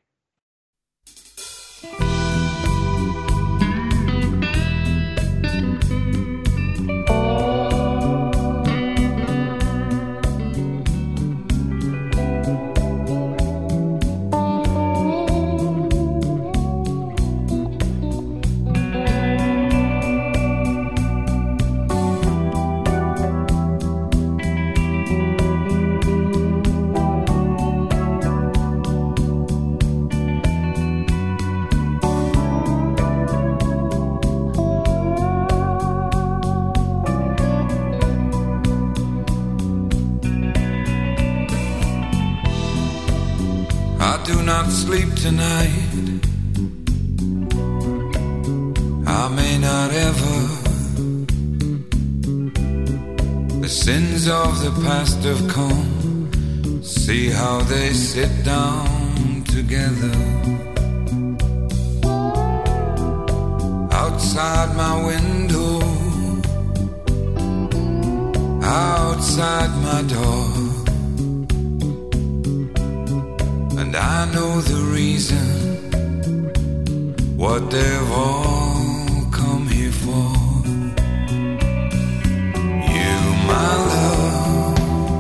Sleep tonight. I may not ever. The sins of the past have come. See how they sit down together. Outside my window outside my door, and I know the reason, what they've all come here for. You, my love,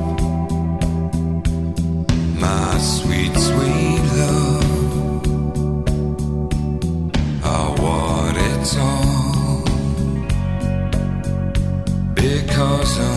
my sweet, sweet love, are what it's all because of.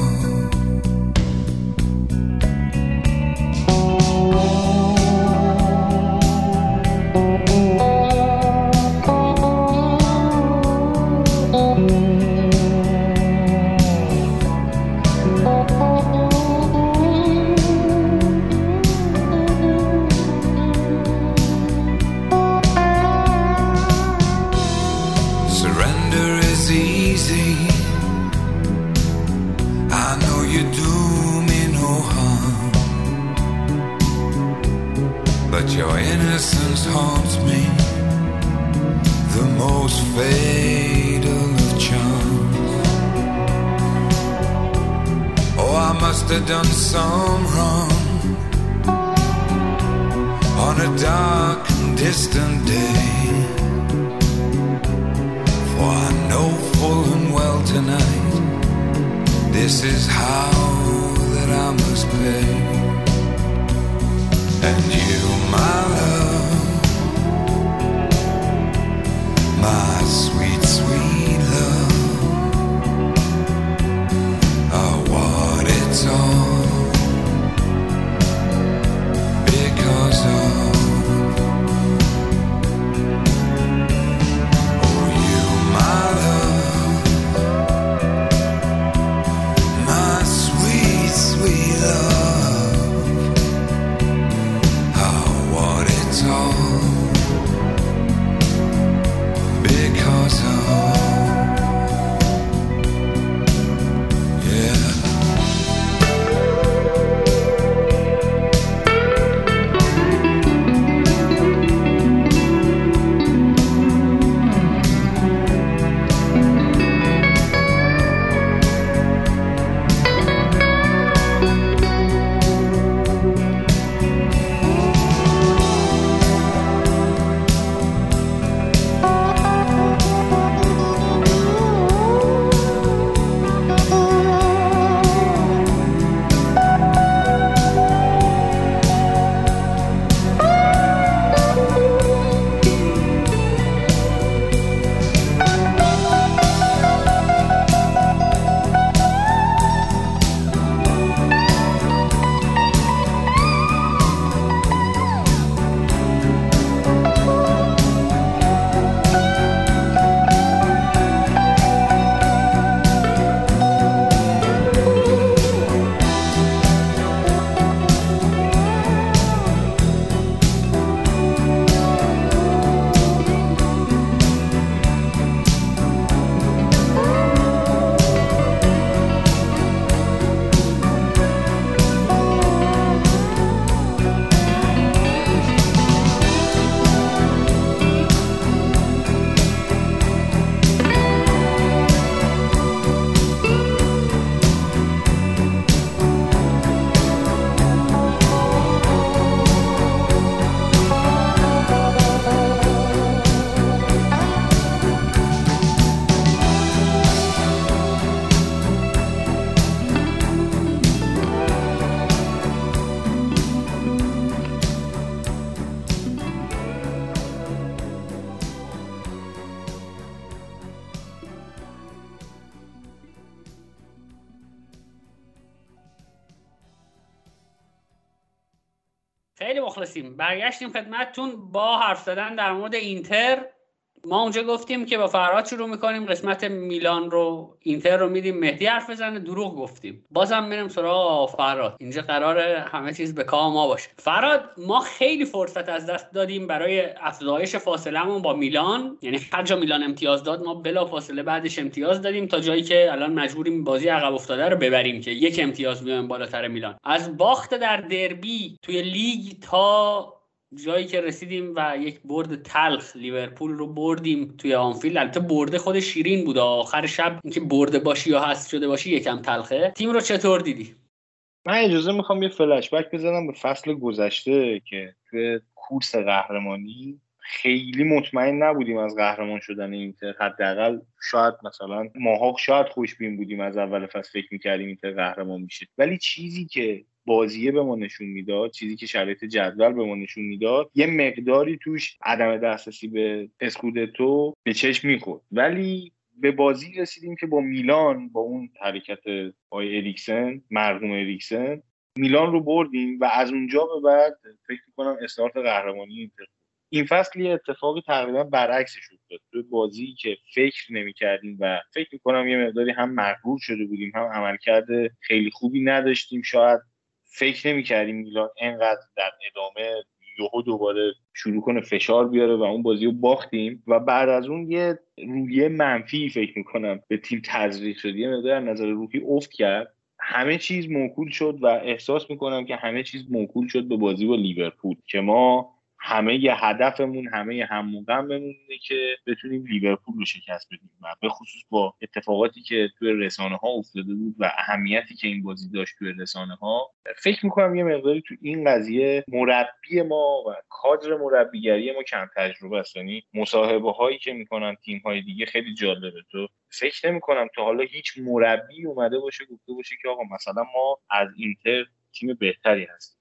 But your innocence haunts me, the most fatal of charms. Oh, I must have done some wrong on a dark and distant day, for I know full and well tonight, this is how that I must pay. And you, my love, my sweet, sweet love, are what it's all because of. Oh, you, my love, my sweet, sweet love, all because of, yeah. خیلی مخلصیم. برگشتیم خدمتتون با حرف زدن در مورد اینتر. ما اونجا گفتیم که با فرهاد شروع میکنیم، قسمت میلان رو، اینتر رو میدیم مهدی حرف بزنه، دروغ گفتیم. بازم میریم سراغ فرهاد. اینجا قراره همه چیز به کام ما باشه. فرهاد، ما خیلی فرصت از دست دادیم برای افزایش فاصله‌مون با میلان، یعنی هر جا میلان امتیاز داد ما بلا فاصله بعدش امتیاز دادیم، تا جایی که الان مجبوریم بازی عقب افتاده رو ببریم که یک امتیاز بیایم بالاتر میلان. از باخت در دربی توی لیگ تا جایی که رسیدیم و یک برد تلخ لیورپول رو بردیم توی آنفیلد. البته برد خود شیرین بود، آخر شب اینکه برده باشی یا حذف شده باشی یکم تلخه. تیم رو چطور دیدی؟ من اجازه میخوام یه فلش بک بزنم به فصل گذشته که توی کورس قهرمانی خیلی مطمئن نبودیم از قهرمان شدن اینتر. حداقل شاید مثلا ماها شاید خوشبین بودیم از اول فصل فکر می‌کردیم اینتر قهرمان میشه، ولی چیزی که بازیه به ما نشون میداد، چیزی که شرایط جدول به ما نشون میداد، یه مقداری توش عدم دسترسی به اسکودتو به چشم میخورد. ولی به بازی رسیدیم که با میلان، با اون حرکت آقای اریکسن، مرحوم اریکسن، میلان رو بردیم و از اونجا به بعد فکر می‌کنم استارت قهرمانی اینتر. این فصل یه اتفاقی تقریبا برعکسش افتاد. تو بازی که فکر نمی‌کردیم و فکر می‌کنم یه مقداری هم مغرور شده بودیم، هم عملکرد خیلی خوبی نداشتیم، شاید فکر نمی‌کردیم میلان اینقدر در ادامه یهو دوباره شروع کنه فشار بیاره و اون بازی رو باختیم و بعد از اون یه روحیه منفی فکر می‌کنم به تیم تزریق شد، یه مقدار از نظر روحی افت کرد، همه چیز موکول شد و احساس می‌کنم که همه چیز موکول شد به بازی با لیورپول که ما همه ی هدفمون، همه ی هم و غممون اینه که بتونیم لیورپول رو شکست بدیم و به خصوص با اتفاقاتی که توی رسانه‌ها افتاده بود و اهمیتی که این بازی داشت توی رسانه‌ها، فکر می‌کنم یه مقداری تو این قضیه مربی ما و کادر مربیگری ما کم تجربه است. یعنی مصاحبه‌هایی که می‌کنن تیم‌های دیگه خیلی جالبه. تو فکر نمی‌کنم تا حالا هیچ مربی اومده باشه گفته باشه که آقا مثلا ما از اینتر تیم بهتری هستیم.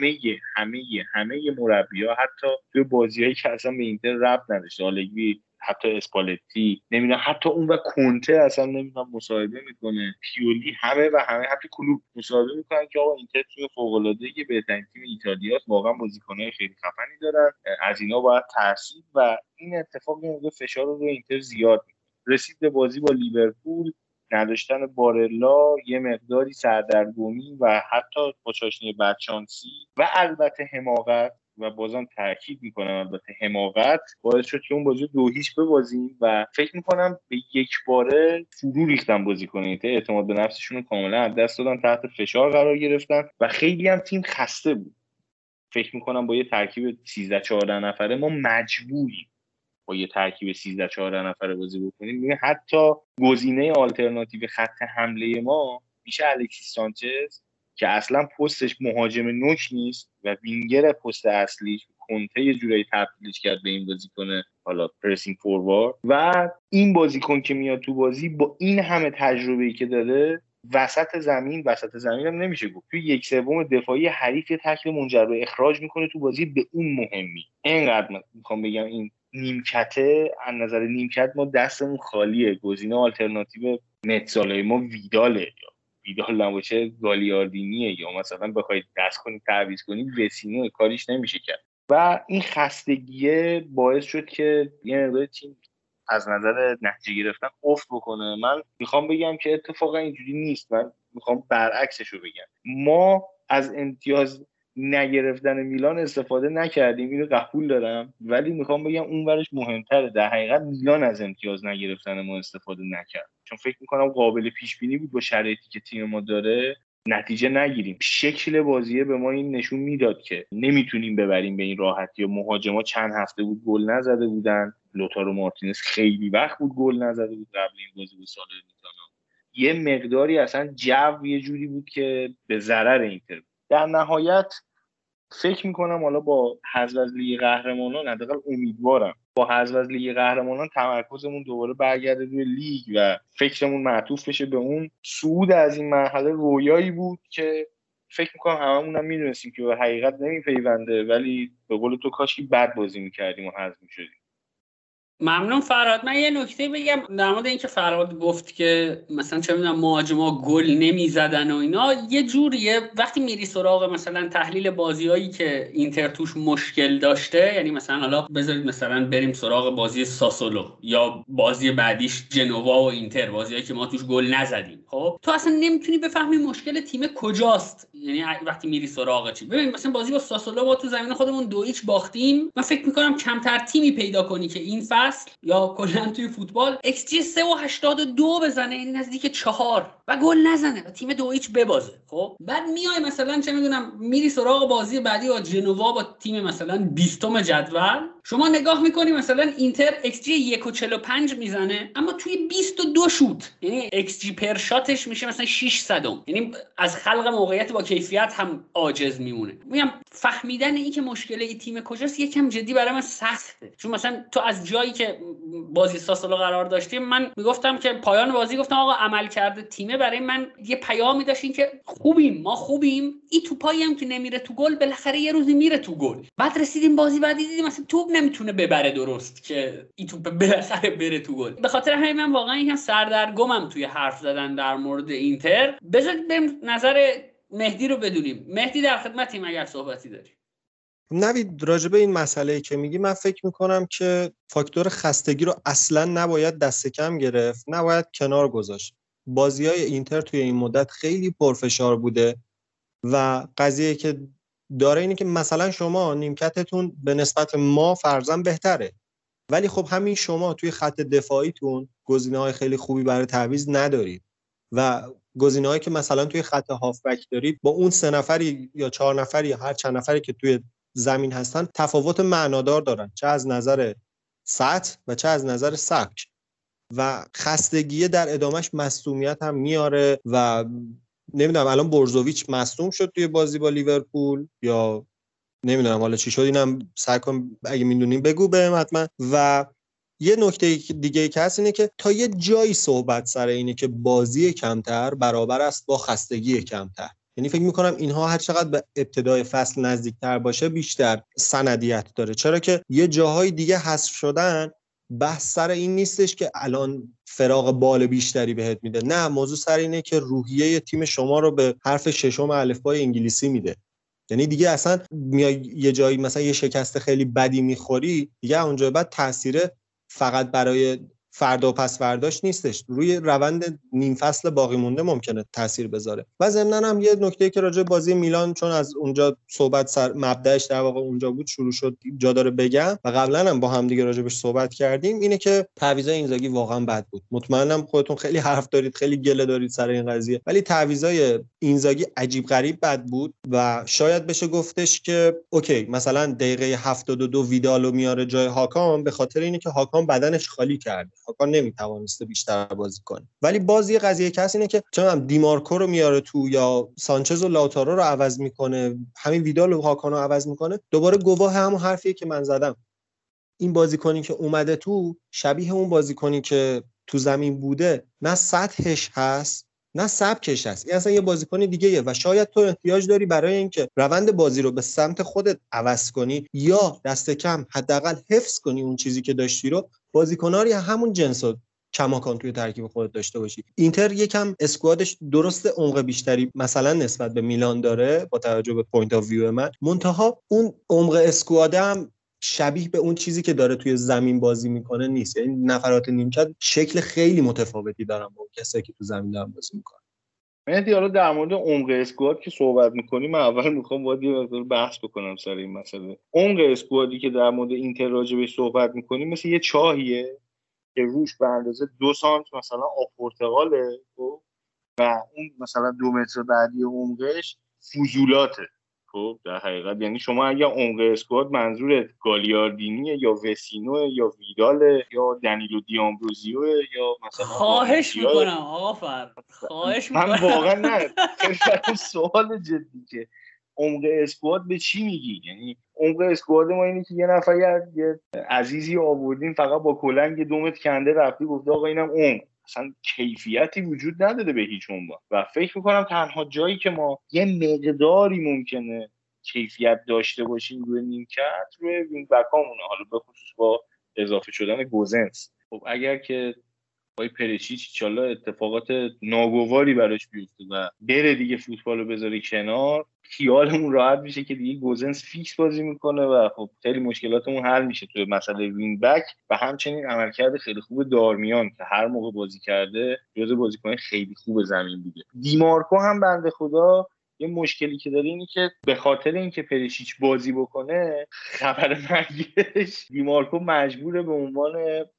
همه مربی‌ها حتی توی بازیایی که اصلا به اینتر ربط نداشته، آلگری، حتی اسپالتی، نمیدونم حتی اون و کنته اصلا نمیدونم مصاحبه میکنه، پیولی، همه حتی کلوب مصاحبه میکنن که آقا اینتر تیم فوق‌العاده‌ای، بهترین تیم ایتالیاست، واقعا بازیکن‌های خیلی خفنی دارن، از اینا باید ترسید و این اتفاق میاد فشار رو اینتر زیاد میکنه. رسید به بازی با لیورپول، نداشتن بارلا، یه مقداری سردرگمی و حتی با چاشنی بدشانسی و البته حماقت، و بازم تاکید میکنم البته حماقت، باعث شد که اون بازی 2-0 ببازیم و فکر میکنم به یک باره فرو ریختن بازیکن‌ها، اعتماد به نفسشون رو کاملا از دست دادن، تحت فشار قرار گرفتن و خیلی هم تیم خسته بود. فکر میکنم با یه ترکیب 13-14 نفره ما مجبوریم با یه ترکیب 13-14 نفره بازی بکنیم. میگه حتی گزینه آلترناتیو خط حمله ما میشه الکسیس سانچز که اصلا پستش مهاجم نوک نیست و وینگر پست اصلیش کنته یه جورایی تبدیلش کرد به این بازیکن حالا پرسینگ فوروارد و این بازیکن که میاد تو بازی با این همه تجربه‌ای که داره وسط زمین هم نمیشه گفت توی 1/3 دفاعی حریف یه تکل منجر به اخراج میکنه تو بازی به اون مهمی. اینقدر میخوام بگم این نیمکته، از نظر نیمکت ما دستمون خالیه. گزینه آلترناتیو متزالای ما ویداله، یا ویدال نباشه گالیاردینیه، یا مثلا بخواید دست کنید تعویض کنید وسینو، کاریش نمیشه کرد و این خستگیه باعث شد که یه مقدار تیم از نظر نتیجه گرفتن افت بکنه. من میخوام بگم که اتفاقا اینجوری نیست، من میخوام برعکسش رو بگم. ما از امتیاز نگرفتن میلان استفاده نکردیم، اینو قبول دارم، ولی میخوام بگم اون ورش مهمتره. در حقیقت میلان از امتیاز نگرفتن ما استفاده نکرد، چون فکر میکنم قابل پیش بینی بود با شرایطی که تیم ما داره نتیجه نگیریم. شکل بازیه به ما این نشون میداد که نمیتونیم ببریم به این راحتی. و مهاجما چند هفته بود گل نزده بودن، لوتارو مارتینز خیلی وقت بود گل نزده بود قبل این بازی با سالرنیتانا. یه مقداری اصلا جو یه جوری بود که به ضرر اینتر. در نهایت فکر میکنم حالا با حذف از لیگ قهرمانان، حداقل امیدوارم با حذف از لیگ قهرمانان تمرکزمون دوباره برگرده روی لیگ و فکرمون معطوف بشه به اون صعود از این مرحله. رویایی بود که فکر میکنم هممون هم میدونستیم که به حقیقت نمیپیونده، ولی به قول تو کاشکی بد بازی میکردیم و حذف میشدیم. ممنون فرهاد. من یه نکته بگم در مورد اینکه فرهاد گفت که مثلا چه میدونم مهاجما گل نمیزدن و اینا. یه جوریه وقتی میری سراغ مثلا تحلیل بازیایی که اینتر توش مشکل داشته، یعنی مثلا حالا بذارید مثلا بریم سراغ بازی ساسولو یا بازی بعدیش جنوا و اینتر، بازیایی که ما توش گل نزدیم. خب تو اصلا نمیتونی بفهمی مشکل تیم کجاست. یعنی وقتی میری سراغ چی، ببین مثلا بازی با ساسولو ما تو زمین خودمون 2-0 باختیم. من فکر میکنم کمتر تیمی پیدا کنی که این فصل یا کلا توی فوتبال ایکس جی 3.82 بزنه، این نزدیک 4 و گل نزنه و تیم 2-0 ببازه. خب بعد میای مثلا چه میدونم میری سراغ بازی بعدی با جنوا با تیم مثلا 20م جدول، شما نگاه میکنی مثلا اینتر ایکس جی 1.45 میزنه اما توی 22 شوت، یعنی ایکس جی پر شاتش میشه مثلا 600، یعنی از خلق موقعیت با کیفیت هم عاجز میمونه. میگم فهمیدن این که مشکل این تیم کجاست یکم جدی برای من سخته، چون مثلا تو از جایی که بازی ساسولو قرار داشتیم من میگفتم که پایان بازی گفتم آقا عمل کرده تیمه برای من یه پیامی داشتین که خوبیم، ما خوبیم، این توپایی هم که نمیره تو گل بالاخره یه روزی میره تو گل. بعد رسیدیم بازی بعدی دیدیم مثلا توپ نمیتونه ببره درست که این توپ بالاخره بره تو گل. به خاطر همین من واقعا یکم سردرگمم توی حرف زدن در مورد اینتر. بذارید بریم نظر مهدی رو بدونیم. مهدی در خدمتیم اگر صحبتی داری. نوید راجع به این مسئله که میگی من فکر میکنم که فاکتور خستگی رو اصلا نباید دست کم گرفت، نباید کنار گذاشت. بازی‌های اینتر توی این مدت خیلی پرفشار بوده و قضیه که داره اینه که مثلا شما نیمکتتون به نسبت ما فرضاً بهتره، ولی خب همین شما توی خط دفاعیتون گزینه‌های خیلی خوبی برای تعویض ندارید و گزینه‌هایی که مثلا توی خط هافبک دارید با اون 3 نفری یا 4 نفری یا هر چند نفری که توی زمین هستن تفاوت معنادار دارن، چه از نظر سطح و چه از نظر سبک، و خستگی در ادامش مصدومیت هم میاره و نمیدونم الان برزوویچ مصدوم شد توی بازی با لیورپول یا نمیدونم حالا چی شد، اینم سعی کن اگه میدونین بگو بهم حتما. و یه نکته دیگه که هست اینه که تا یه جایی صحبت سر اینه که بازی کمتر برابر است با خستگی کمتر. یعنی فکر میکنم اینها هر چقدر به ابتدای فصل نزدیکتر باشه بیشتر سندیت داره، چرا که یه جاهای دیگه حذف شدن بحث سر این نیستش که الان فراغ بال بیشتری بهت میده، نه، موضوع سر اینه که روحیه تیم شما رو به حرف ششم الفبای انگلیسی میده. یعنی دیگه اصلا میای یه جایی مثلا یه شکست خیلی بدی میخوری دیگه اونجا بعد تاثیر فقط برای فردا و پس فرداش نیستش، روی روند نیم فصل باقی مونده ممکنه تاثیر بذاره. و ضمناً هم یه نکته که راجع به بازی میلان چون از اونجا صحبت سر مبدأش در واقع اونجا بود شروع شد جا داره بگم و قبلا هم با هم دیگه راجع بهش صحبت کردیم، اینه که تعویضای اینزاگی واقعا بد بود. مطمئنم خودتون خیلی حرف دارید، خیلی گله دارید سر این قضیه، ولی تعویضای اینزاگی عجیب غریب بد بود و شاید بشه گفتش که اوکی مثلا دقیقه 72 ویدالو میاره جای هاکان به خاطر اینه که هاکان بدنش خالی کرده، هاکان نمیتوانسته بیشتر بازی کنه. ولی بازی قضیه کس اینه که چون دیمارکو رو میاره تو یا سانچز و لاوتارو رو عوض میکنه، همین ویدال و هاکان رو عوض میکنه، دوباره گواه همون حرفیه که من زدم. این بازیکنی که اومده تو شبیه اون بازیکنی که تو زمین بوده، نه سطحش هست نه سبکش هست، این اصلا یه بازیکن دیگه‌ایه و شاید تو احتیاج داری برای اینکه روند بازی رو به سمت خودت عوض کنی یا دست کم حداقل حفظ کنی اون چیزی که داشتی رو، بازیکناری همون جنس رو کماکان توی ترکیب خودت داشته باشی. اینتر یکم اسکوادش درست عمق بیشتری مثلا نسبت به میلان داره با توجه به پوینت آف ویو من، منتها اون عمق اسکواد هم شبیه به اون چیزی که داره توی زمین بازی میکنه نیست. یعنی نفرات نیمکت شکل خیلی متفاوتی دارن با کسایی که تو زمین دارن بازی میکنن. مهدی حالا در مورد عمق اسکواد که صحبت میکنیم، من اول میخوام باید یه مقدار بحث بکنم سر این مسئله. عمق اسکوادی که در مورد اینتر راجبش صحبت میکنیم مثل یه چاهیه که روش به اندازه 2 سانت مثلا آب پرتقاله و اون مثلا 2 متر بعدی عمقش فوزولاته. خب در حقیقت یعنی شما اگه عمق اسکواد منظورت گالیاردینیه یا وسینو یا ویداله یا دنیلو دیامبروزیو یا مثلا خواهش میکنم آقا فرد، خواهش میکنم. من واقعا نه خیلی سوال جدی که عمق اسکواد به چی میگی؟ یعنی عمق اسکواد ما اینه که یه نفر یه عزیزی آوردین فقط با کلنگ 2 متر کنده رفتی گفته آقا اینم عمق، اصلا کیفیتی وجود نداره به هیچ عنوان. و فکر میکنم تنها جایی که ما یه مقداری ممکنه کیفیت داشته باشیم روی نیمکت روی وینگ بک هامونه، حالا به خصوص با اضافه شدن گوزنس. خب اگر که آقای پرشیچ انشالله اتفاقات ناگواری براش بیفته و بره دیگه فوتبال رو بذاره کنار، خیالمون راحت میشه که دیگه گوزنس فیکس بازی میکنه و خب خیلی مشکلاتمون حل میشه توی مسئله وینگ بک و همچنین عملکرد خیلی خوب دارمیان که هر موقع بازی کرده جزو بازیکن خیلی خوب زمین بوده. دیمارکو هم بنده خدا یه مشکلی که داره اینه که به خاطر اینکه پریشیچ بازی بکنه خبر مرگش دیمارکو مجبوره به عنوان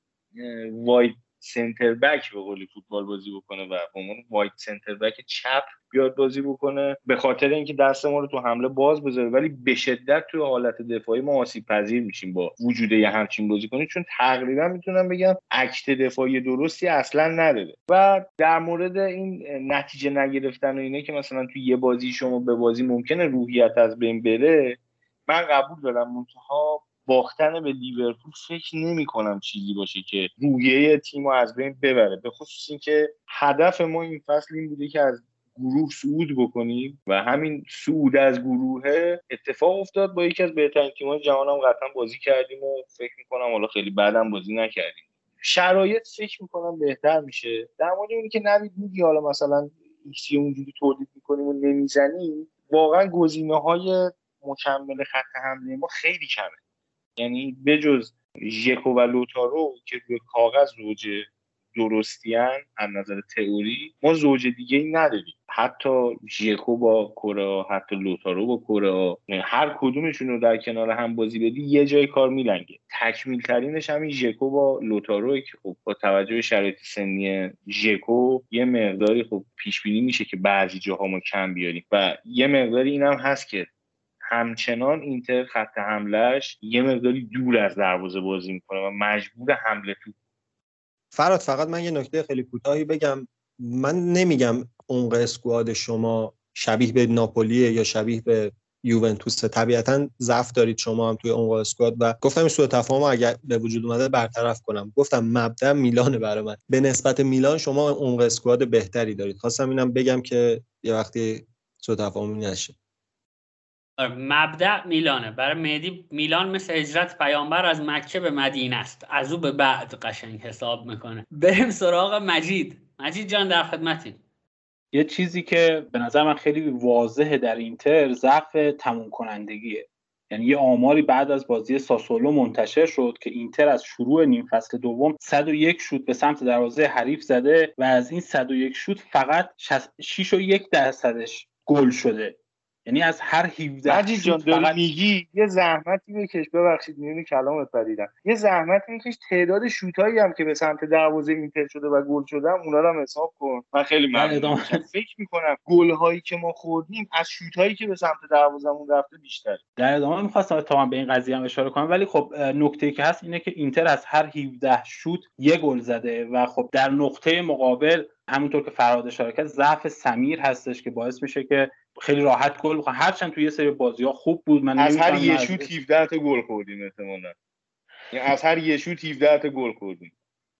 واید سنتر بک به قول فوتبال بازی بکنه و به عنوان واید سنتر بک چپ بیاد بازی بکنه به خاطر اینکه دست ما رو تو حمله باز بذاره، ولی به شدت تو حالت دفاعی ما آسیب پذیر میشیم با وجود یه همچین بازیکنی، چون تقریبا میتونم بگم اکت دفاعی درستی اصلا نداره. و در مورد این نتیجه نگرفتن و اینه که مثلا تو یه بازی شما به بازی ممکنه روحیت از بین بره، من قبول دارم، منتها باختن به لیورپول فکر نمی کنم چیزی باشه که روحیه تیمو از بین ببره، به خصوص اینکه هدف ما این فصل این بوده که از گروه صعود بکنیم و همین صعود از گروه اتفاق افتاد. با یکی از بهترین تیم‌های جهان هم قطعا بازی کردیم و فکر می‌کنم حالا خیلی بعدم بازی نکردیم. شرایط فکر می‌کنم بهتر میشه. در مورد اینی که نوید میگی حالا مثلا ایکسی اونجوری تولید می‌کنیم و نمیزنیم، واقعا گزینه‌های مکمل خط حمله ما خیلی کمه. یعنی بجز ژکو و لوتارو که روی کاغذ زوج درستیان از نظر تئوری، ما زوج دیگه ای نداریم. حتی ژکو با کره، حتی لوتارو با کره، هر کدومشون رو در کنار هم بازی بدی یه جای کار میلنگه. تکمیل ترینش همین ژکو با لوتارو که خب با توجه به شرایط سنی ژکو یه مقداری خب پیش بینی میشه که بعضی جاها ما کم بیاریم و یه مقداری اینم هست که همچنان اینتر خط حملهش یه مقداری دور از دروازه بازی میکنه و مجبور حمله تو. فراد فقط من یه نکته خیلی کوتاهی بگم. من نمیگم عمق اسکواد شما شبیه به ناپولیه یا شبیه به یوونتوس، طبیعتاً ضعف دارید شما هم توی عمق اسکواد و گفتم این سوء تفاهم اگر به وجود اومده برطرف کنم. گفتم مبدا میلانه برای من، به نسبت میلان شما عمق اسکواد بهتری دارید. خواستم اینم بگم که یه وقتی سوء تفاهمی نشه. مبدأ میلانه. برای مهدی میلان مثل هجرت پیامبر از مکه به مدینه است، از او به بعد قشنگ حساب میکنه. بریم سراغ مجید جان، در خدمتیم. یه چیزی که به نظر من خیلی واضحه در اینتر ضعف تموم کنندگیه. یعنی یه آماری بعد از بازی ساسولو منتشر شد که اینتر از شروع نیم فصل دوم 101 شوت به سمت دروازه حریف زده و از این 101 شوت فقط 6.1% گل شده. یعنی از هر 17 مجید جان داری میگی یه زحمتی بکش، ببخشید میونی کلامت پریدم، یه زحمتی بکش تعداد شوتایی هم که به سمت دروازه اینتر شده و گل شده اونا رو هم حساب کن. من خیلی ممنونم. فکر میکنم گل هایی که ما خوردیم از شوتایی که به سمت دروازه‌مون رفته بیشتره. در ادامه می‌خواستم تا به این قضیه هم اشاره کنم، ولی خب نکته‌ای که هست اینه که اینتر از هر 17 شوت یه گل زده و خب در نقطه مقابل همونطور که فرهاد اشاره کرد ضعف سمیر هستش که باعث میشه که خیلی راحت گل بخوره. هرچند توی یه سری بازی‌ها خوب بود، من از هر یه شوت 17 تا گل خوردیم احتمالاً. یعنی از هر یه شوت 17 تا گل خوردیم.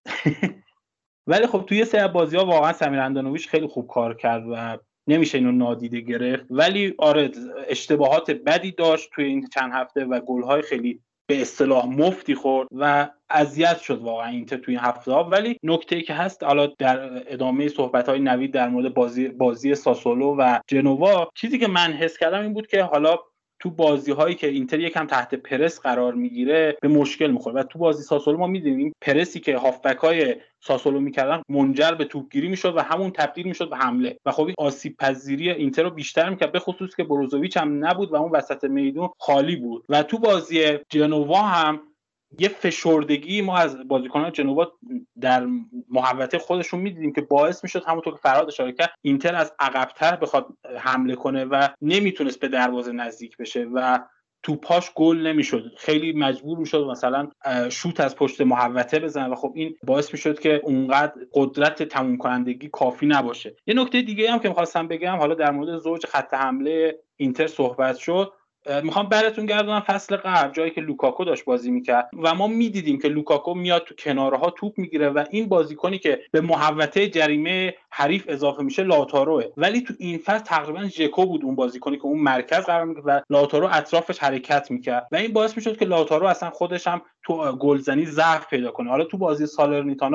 ولی خب توی یه سری بازی‌ها واقعا سمیر اندانویچ خیلی خوب کار کرد و نمیشه اینو نادیده گرفت. ولی آره اشتباهات بدی داشت توی این چند هفته و گل‌های خیلی به اصطلاح مفتی خورد و اذیت شد واقعا اینتر توی این هفته‌ها. ولی نکته‌ای که هست حالا در ادامه صحبت‌های نوید در مورد بازی ساسولو و جنوا، چیزی که من حس کردم این بود که حالا تو بازی‌هایی که اینتر یکم تحت پرس قرار میگیره به مشکل میخوره و تو بازی ساسولو ما می‌دیدیم این پرسی که هافبک‌های ساسولو میکردن منجر به توپگیری میشد و همون تبدیل میشد به حمله و خب این آسیب پذیری اینتر رو بیشتر میکرد، به خصوص که بروزوویچ هم نبود و اون وسط میدون خالی بود. و تو بازی جنوا هم یه فشردگی ما از بازیکنان جنوا در محوطه خودشون میدیدیم که باعث میشد همونطور که فرهاد اشاره کرد اینتر از عقب‌تر بخواد حمله کنه و نمیتونست به دروازه نزدیک بشه و توپاش گل نمیشد، خیلی مجبور میشد مثلا شوت از پشت محوطه بزنه و خب این باعث میشد که اونقدر قدرت تموم کنندگی کافی نباشه. یه نکته دیگه هم که می‌خواستم بگم، حالا در مورد زوج خط حمله اینتر صحبت شد، میخوام براتون گردونم فصل قبل جایی که لوکاکو داشت بازی میکرد و ما میدیدیم که لوکاکو میاد تو کنارها توپ میگیره و این بازیکنی که به محوطه جریمه حریف اضافه میشه لاتاروه، ولی تو این فصل تقریبا ژکو بود اون بازیکنی که اون مرکز قرار میگرفت و لاتارو اطرافش حرکت میکرد و این باعث میشد که لاتارو اصلا خودش هم تو گلزنی ضعف پیدا کنه. حالا تو بازی سالرنیتانا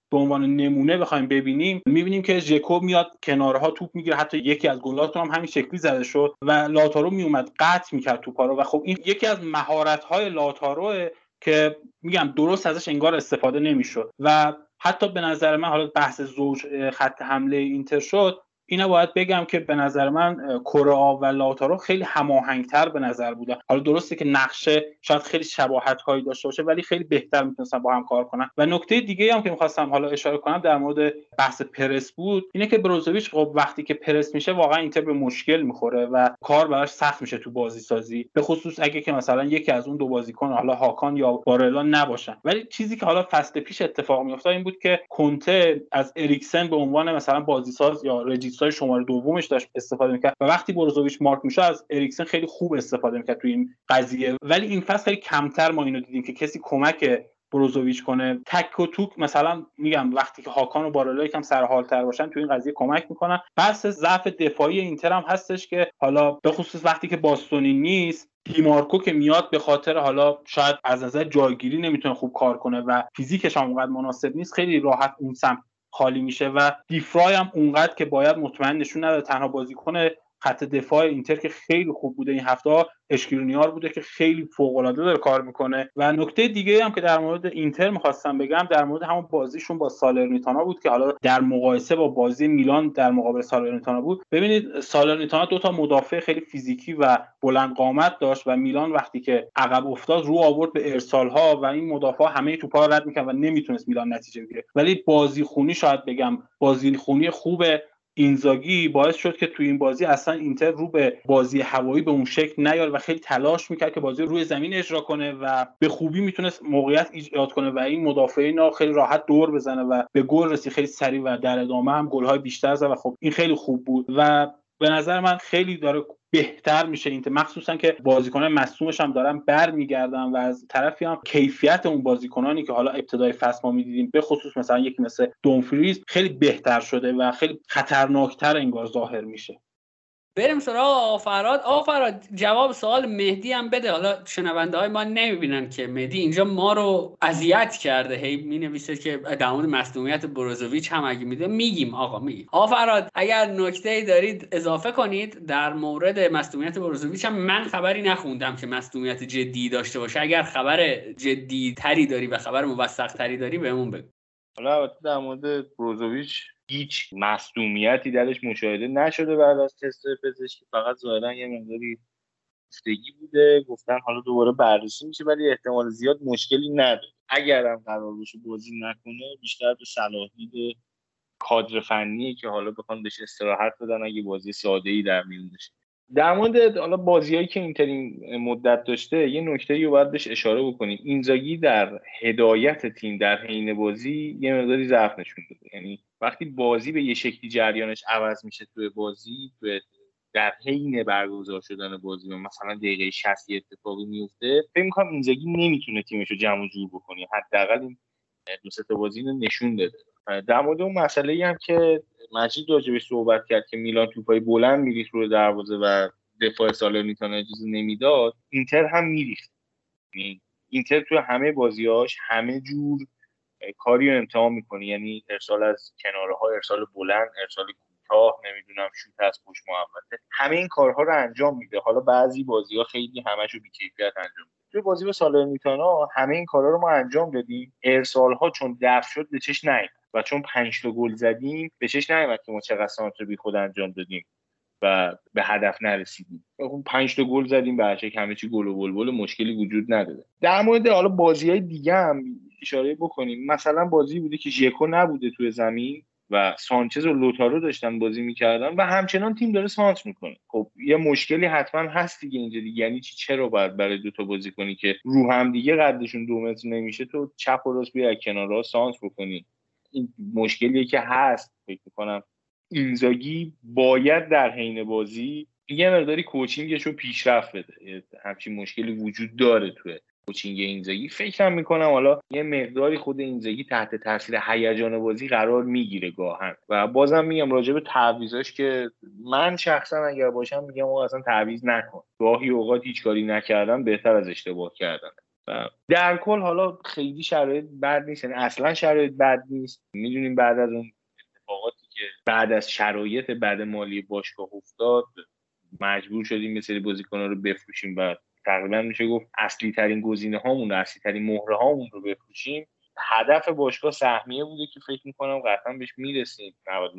به عنوان نمونه بخوایم ببینیم، میبینیم که ژکو میاد کنارها توپ میگیره، حتی یکی از گلاتون هم همین شکلی زده شد و لاتارو میومد قطع میکرد توپا رو و خب این یکی از مهارت‌های لاتاروه که میگم درست ازش انگار استفاده نمیشد و حتی به نظر من، حالا بحث زوج خط حمله اینتر شد، اینا باید بگم که به نظر من کورا و لاتارو خیلی هماهنگتر به نظر بودن. حالا درسته که نقشه شاید خیلی شباهت‌هایی داشته باشه ولی خیلی بهتر میتونستن با هم کار کنن. و نکته دیگه هم که می‌خواستم حالا اشاره کنم در مورد بحث پرس بود، اینه که بروزوویچ خب وقتی که پرس میشه واقعا اینتر به مشکل میخوره و کار براش سخت میشه تو بازی سازی، به خصوص اگه که مثلا یکی از اون دو بازیکن حالا هاکان یا بارلا نباشن. ولی چیزی که حالا فصل پیش اتفاق میافتاد این بود که کنته از اریکسن به عنوان مثلا بازیساز یا رجیستای شماره دومش داشت استفاده میکرد و وقتی بروزوویچ مارک میشه از اریکسن خیلی خوب استفاده میکرد توی این قضیه. ولی این فصل خیلی کمتر ما اینو دیدیم که کسی کمک بروزوویچ کنه. تک و توک مثلا میگم وقتی که هاکان و بارلا یکم سر حال‌تر باشن تو این قضیه کمک میکنن. بحث ضعف دفاعی اینتر هم هستش که حالا به خصوص وقتی که باستونی نیست، دیمارکو که میاد به خاطر حالا شاید از نظر جایگیری نمیتونه خوب کار کنه و فیزیکش هم اونقدر مناسب نیست، خیلی راحت اون سمت خالی میشه و دیفرای هم اونقدر که باید مطمئن نشون نده. تنها بازیکن خط دفاع اینتر که خیلی خوب بوده این هفته اشکرینیار بوده که خیلی فوق‌العاده داره کار میکنه. و نکته دیگه هم که در مورد اینتر میخواستم بگم در مورد همون بازیشون با سالرنیتانا بود که حالا در مقایسه با بازی میلان در مقابل سالرنیتانا بود. ببینید سالرنیتانا دو تا مدافع خیلی فیزیکی و بلند قامت داشت و میلان وقتی که عقب افتاد رو آورد به ارسال‌ها و این مدافعا همه توپا رد می‌کردن و نمیتونست میلان نتیجه بگیره. ولی بازی خونی شاید بگم بازی خونی خوب اینزاگی باعث شد که توی این بازی اصلا اینتر رو به بازی هوایی به اون شکل نیاد و خیلی تلاش میکرد که بازی روی زمین اجرا کنه و به خوبی میتونست موقعیت ایجاد کنه و این مدافعینا خیلی راحت دور بزنه و به گل رسید خیلی سریع و در ادامه هم گل‌های بیشتر زد و خب این خیلی خوب بود و به نظر من خیلی داره بهتر میشه اینتر، مخصوصا که بازیکنان مصدومش هم دارن برمیگردن و از طرفی هم کیفیت اون بازیکنانی که حالا ابتدای فصل ما میدیدیم به خصوص مثلا یکی مثل دومفریز خیلی بهتر شده و خیلی خطرناکتر انگار ظاهر میشه. بریم سراغ فراد جواب سوال مهدی هم بده. حالا شنونده های ما نمیبینن که مهدی اینجا ما رو اذیت کرده، هی مینویسه که در مورد مصدومیت بروزوویچ هم اگه میده میگیم. فراد اگر نکته‌ای دارید اضافه کنید در مورد مصدومیت بروزوویچ. هم من خبری نخوندم که مصدومیت جدی داشته باشه. اگر خبر جدی تری داری و خبر موثق تری داری بهمون بگو. حالا البته در مورد بروزوویچ هیچ مصدومیتی درش مشاهده نشده بعد از تست پزشکی، فقط ظاهرا یه مقداری گفتگی بوده، گفتن حالا دوباره بررسی میشه ولی احتمال زیاد مشکلی نداره. اگرم قرار باشه بازی نکنه بیشتر به صلاح دید کادر فنیه که حالا بخوان بهش استراحت بدن اگه بازی ساده‌ای در میون بشه. در مورد حالا بازیایی که اینتر این مدت داشته یه نکته‌ای رو باید بهش اشاره بکنیم. اینزاگی در هدایت تیم در حین بازی یه مقداری ضعف نشون داده. یعنی وقتی بازی به یه شکلی جریانش عوض میشه توی بازی در حین برگزار شدن بازی مثلا دقیقه 60 اتفاقی میفته، فکر می‌کنم اینزاگی نمیتونه تیمشو جمع و جور بکنه. حداقل این دو سه تا بازی رو نشون داده. در مورد اون مسئله‌ای هم که مجید راجعش صحبت کرد که میلان توپای بلند میریخت روی دروازه و دفاع سالرنیتانا اجازه نمیداد، اینتر هم میریخت. اینتر توی همه بازی‌هاش همه جور کاری رو امتحان می‌کنه، یعنی ارسال از کناره‌ها، ارسال بلند، ارسال کوتاه، نمیدونم شوت از پشت محوطه، همه این کارها رو انجام میده. حالا بعضی بازی‌ها خیلی همه‌شو بی‌کیفیت انجام میده. توی بازی با سالرنیتانا همه این کارا رو ما انجام دادیم. ارسال‌ها چون دفع شد به چش نیامد و چون 5 تا گل زدیم به چش نیامد که ما چقدر سانتر بی خود انجام دادیم و به هدف نرسیدیم. اون 5 تا گل زدیم به هر همه چی گل و بلبل، مشکلی وجود نداره. در مورد حالا بازی‌های دیگه هم اشاره بکنیم. مثلا بازی بوده که ژکو نبوده توی زمین و سانچز و لوتارو داشتن بازی میکردن و همچنان تیم داره سانس میکنه. خب یه مشکلی حتما هست دیگه اینجا دیگه. یعنی چرا باید برای دو تا بازی کنی که رو هم دیگه قدشون 2 متر نمیشه تو چپ و راست بیا کنارها سانس بکنی؟ این مشکلیه که هست. فکر میکنم اینزاگی باید در حین بازی یه مقداری کوچینگش رو پیشرفت بده. همچین مشکلی وجود داره توی کوچینگ اینزاگی. فکرم میکنم حالا یه مقداری خود اینزاگی تحت تاثیر هیجان بازی قرار میگیره گاهن. و بازم میگم راجع به تعویضاش که من شخصا اگر باشم میگم اصلا تعویض نکن. گاهی اوقات هیچ کاری نکردن بهتر از اشتباه کردن. در کل حالا خیلی شرایط بد نیست، یعنی اصلا شرایط بد نیست. میدونیم بعد از اون اتفاقاتی که بعد از شرایط بد مالی باشگاه افتاد مجبور شدیم یه سری بازیکن‌ها رو بفروشیم و تقریبا میشه گفت اصلی ترین گزینه هامون، اصلی ترین مهره هامون رو بفروشیم. هدف باشگاه سهمیه بوده که فکر میکنم قطعا بهش میرسیم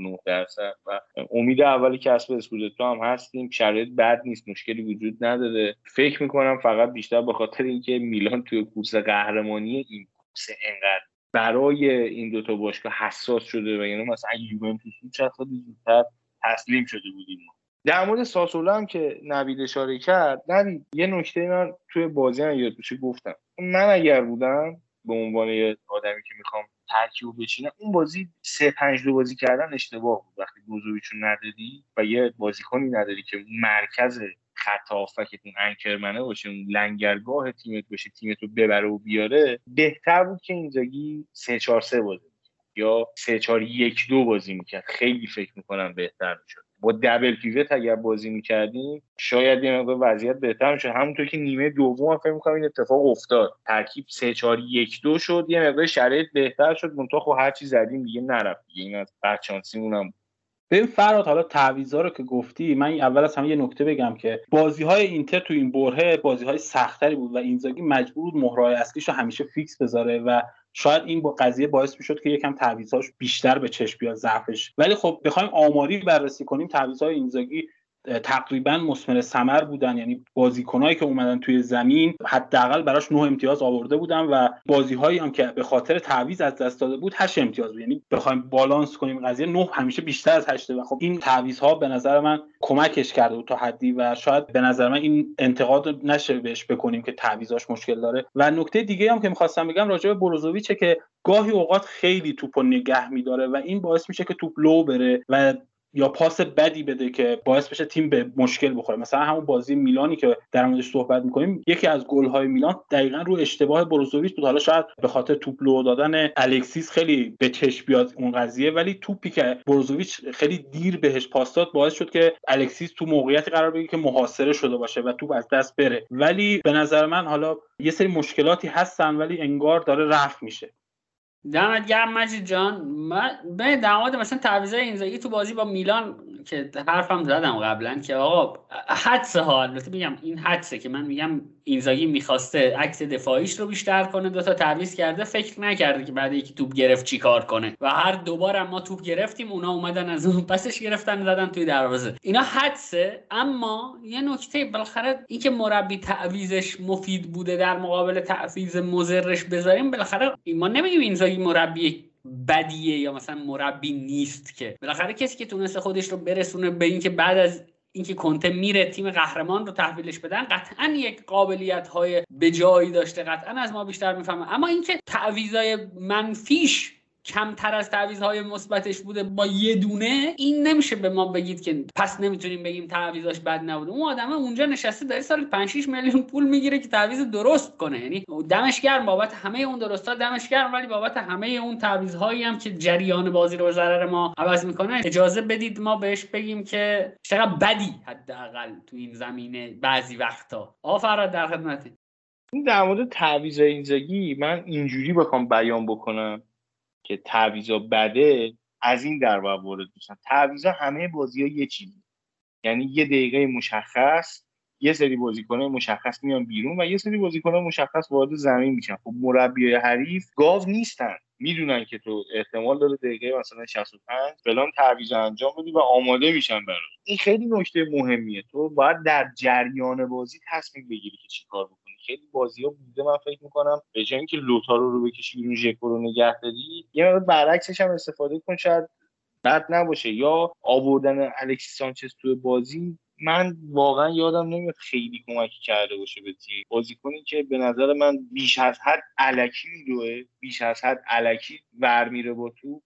99% و امید اولی کسب اسکودتو هم هستیم. شرایط بد نیست، مشکلی وجود نداره. فکر میکنم فقط بیشتر به خاطر اینکه میلان توی کورس قهرمانی این کورس انقدر برای این دوتا باشگاه حساس شده و یعنی مثلا یوونتوس چند سال زودتر تسلیم شده بودیم. در مورد ساسولو هم که نوید اشاره کرد، نوید یه نکته من توی بازی هم یادش گفتم، من اگر بودم به عنوان یه آدمی که میخوام ترکیب بچینم اون بازی 3-5-2 بازی کردن اشتباه بود. وقتی بروزوویچو نداری و یه بازیکنی نداری که مرکز خط هافکتون انکرمنه باشه، اون لنگرگاه تیمت باشه، تیمتو ببره و بیاره، بهتر بود که اینزاگی 3-4-3 بازی یا 3-4-1-2 بازی میکرد. خیلی فکر میکنم بهتر میشد. با دبل پیوت اگر بازی میکردیم شاید یه مقدار وضعیت بهتر میشد. همونطور که نیمه دوم فکر میکنم این اتفاق افتاد، ترکیب 3-4-1-2 شد، یه مقدار شرایط بهتر شد. منتها خب هر چی زدیم دیگه نرفت دیگه، این از بچانسیمون هم. ببین فراد، حالا تعویضا رو که گفتی، من اول از همه یه نکته بگم که بازی‌های اینتر تو این برهه بازی‌های سخت‌تری بود و اینزاگی مجبور بود مهره‌های اصلیشو همیشه فیکس بذاره و شاید این با قضیه باعث میشد که یکم تعویضاش بیشتر به چشم بیاد ضعفش. ولی خب بخوایم آماری بررسی کنیم، تعویضای اینزاگی تقریبا مثمر ثمر بودن، یعنی بازیکنایی که اومدن توی زمین حداقل براش 9 امتیاز آورده بودن و بازی‌هایی هم که به خاطر تعویض از دست داده بود 8 امتیاز بود. یعنی بخوایم بالانس کنیم قضیه 9 همیشه بیشتر از 8 و خب این تعویض‌ها به نظر من کمکش کرده بود تا حدی و شاید به نظر من این انتقاد نشه بهش بکنیم که تعویضاش مشکل داره. و نکته دیگه هم که می‌خواستم بگم راجع به بروزوویچه که گاهی اوقات خیلی توپو نگه می‌داره و این باعث میشه که توپ لو بره و یا پاس بدی بده که باعث بشه تیم به مشکل بخوره. مثلا همون بازی میلانی که در موردش صحبت می‌کنیم، یکی از گل‌های میلان دقیقاً رو اشتباه بروزوویچ بود. حالا شاید به خاطر توپ لو دادن الکسیس خیلی به چشم بیاد اون قضیه، ولی توپی که بروزوویچ خیلی دیر بهش پاس داد باعث شد که الکسیس تو موقعیتی قرار بگیره که محاصره شده باشه و توپ از دست بره. ولی به نظر من حالا یه سری مشکلاتی هستن ولی انگار داره رفع میشه. دمت گرم مجید جان. من به دعوت مثلا تعویضای اینزاگی تو بازی با میلان که حرفم زدم قبلا که آقا حدسه ها، البته میگم این حدسه که من میگم اینزاگی میخواسته عکس دفاعیش رو بیشتر کنه، دوتا تعویض کرده، فکر نکرده که بعد یکی توپ گرفت چی کار کنه و هر دوبار ما توپ گرفتیم اونا اومدن از اون پسش گرفتن زدن توی دروازه. اینا حدسه. اما یه نکته بالاخره این که مربی تعویضش مفید بوده در مقابل تعویض مضرش بذاریم، بالاخره ما نمیگیم اینزاگی مربی بدیه یا مثلا مربی نیست، که بالاخره کسی که تونسته خودش رو برسونه به اینکه بعد از اینکه کنته میره تیم قهرمان رو تحویلش بدن، قطعا یک قابلیت‌های به جایی داشته، قطعا از ما بیشتر میفهمه. اما اینکه تعویضای منفیش کمتر از تعویض‌های مثبتش بوده با یه دونه، این نمیشه به ما بگید که پس نمیتونیم بگیم تعویضاش بد نبوده. اون آدمه اونجا نشسته داره سال 5-6 میلیون پول میگیره که تعویض درست کنه، یعنی دمش گرم بابت همه اون درستا، دمش گرم، ولی بابت همه اون تعویض‌هایی هم که جریان بازی رو به ضرر ما عوض میکنه اجازه بدید ما بهش بگیم که چقدر بدی حداقل تو این زمینه بعضی وقتا. فراد در خدمتت. در مورد تعویض اینزاگی من اینجوری بخوام بیان بکنم که تعویضا بده، از این در وارد میشن. تعویضا همه بازی‌ها یه چیزی، یعنی یه دقیقه مشخص یه سری بازیکن‌های مشخص میان بیرون و یه سری بازیکن‌های مشخص وارد زمین میشن. خب مربیای حریف گاو نیستن، میدونن که تو احتمال داره دقیقه مثلا 65 فلان تعویض انجام بدی و آماده میشن برات. این خیلی نکته مهمیه. تو باید در جریان بازی تصمیم بگیری که چیکار بکنی. خیلی بازی‌ها بوده من فکر می‌کنم به جای اینکه لوتارو رو بکشی بیرون ژکو رو نگه داری، یه مقدار برعکسش هم استفاده کن، شاید بد نباشه. یا آوردن الکسی سانچز توی بازی، من واقعا یادم نمیاد خیلی کمکی کرده باشه به تیم. بازیکنی که به نظر من بیش از حد الکی میدوه، بیش از حد الکی ور میره با تو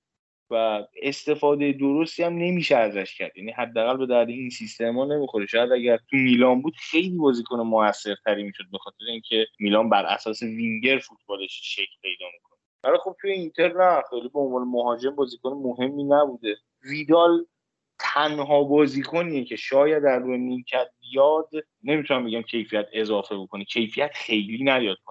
و استفاده درستی هم نمیشه ازش کرد، یعنی حداقل به درد این سیستما نمیخوره. شاید اگر تو میلان بود خیلی بازیکن موثرتری میشد، به خاطر اینکه میلان بر اساس وینگر فوتبالش شکل پیدا میکنه. ولی خب توی اینتر نه، خیلی به عنوان مهاجم بازیکن مهمی نبوده. ویدال تنها بازیکنیه که شاید در روی نیمکت بیاد، نمیتونم بگم کیفیت اضافه بکنه، کیفیت خیلی نیاد پایین،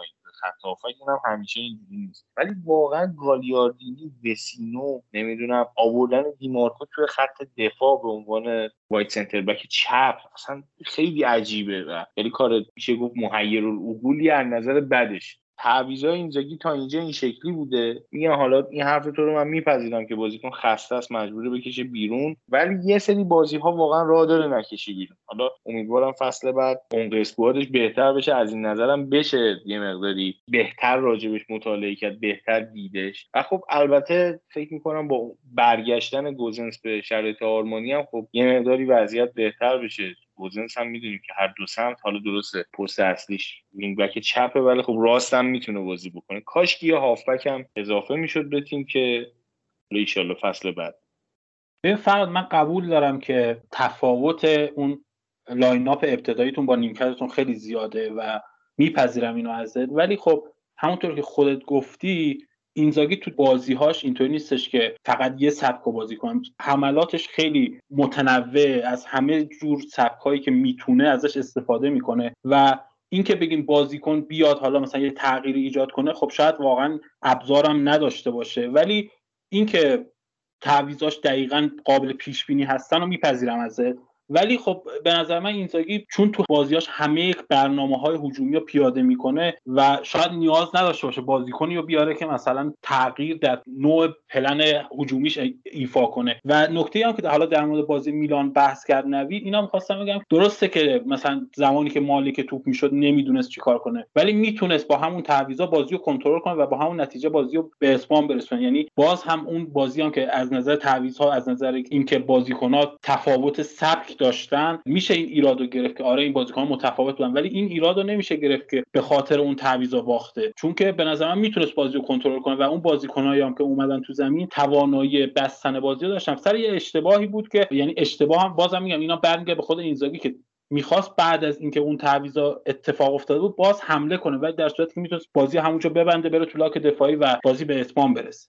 خط هافک اینم همیشه اینجوری نیست، ولی واقعا گالیاردینی، وسینو، نمیدونم آوردن دیمارکو توی خط دفاع به عنوان وایت سنتر بک چپ اصلا خیلی عجیبه و خیلی کار میشه گفت محیرالعقولی از نظر بدش. تعویضای اینزاگی تا اینجا این شکلی بوده. میگم حالا این حرف تو رو من میپذیرم که بازیکن خسته است مجبوره بکشه بیرون، ولی یه سری بازی‌ها واقعا راه داره نکشی بیرون. حالا امیدوارم فصل بعد عمق اسکوادش بهتر بشه، از این نظرم بشه یه مقداری بهتر راجبش مطالعه کرد، بهتر دیدش. و خب البته فکر می‌کنم با برگشتن گوزنس به شرایط آرمانی هم خب یه مقداری وضعیت بهتر بشه. گوزنس هم میدونیم که هر دو سمت، حالا درسته پست اصلیش وینگ بک چپه ولی خب راست هم میتونه بازی بکنه. کاش که یه هافبک هم اضافه میشد به تیم که ان شاءالله فصل بعد. ببین فراد، من قبول دارم که تفاوت اون لاین اپ ابتداییتون با نیمکتتون خیلی زیاده و میپذیرم اینو ازت، ولی خب همونطور که خودت گفتی اینزاگی تو بازی‌هاش اینطوری نیستش که فقط یه سبک بازی کنه. حملاتش خیلی متنوع، از همه جور سبکایی که میتونه ازش استفاده میکنه و این که بگیم بازیکن بیاد حالا مثلا یه تغییری ایجاد کنه، خب شاید واقعا ابزارم نداشته باشه، ولی این که تعویضاش دقیقاً قابل پیش بینی هستن رو میپذیرم ازت. ولی خب به نظر من اینزاگی چون تو بازیاش همه برنامه‌های هجومی رو پیاده میکنه و شاید نیاز نداشته باشه بازیکنی رو بیاره که مثلا تغییر در نوع پلن هجومیش ایفا کنه. و نکته‌ای هم که حالا در مورد بازی میلان بحث کرد نوید، اینا می‌خواستم بگم درسته که مثلا زمانی که مالک توپ میشد نمیدونست چیکار کنه، ولی میتونست با همون تعویضا بازی رو کنترل کنه و با همون نتیجه بازی رو به اتمام برسونه. یعنی باز هم اون بازی هم که از نظر تعویض‌ها، از نظر اینکه بازیکن‌ها تفاوت سبک داشتن، میشه این ایرادو گرفت که آره این بازیکن متفاوت بودن، ولی این ایرادو نمیشه گرفت که به خاطر اون تعویضا باخته، چون که به نظر من میتونست بازی رو کنترل کنه و اون بازیکنایی هم که اومدن تو زمین توانایی بستن بازی رو داشتن. سر یه اشتباهی بود که یعنی اشتباه هم بازم میگم اینا برمیگره به خود اینزاگی که میخواست بعد از اینکه اون تعویضا اتفاق افتاده بود باز حمله کنه، ولی در صورتی که میتونست بازی همونجا ببنده بره تو لاک دفاعی و بازی به اتمام برسه.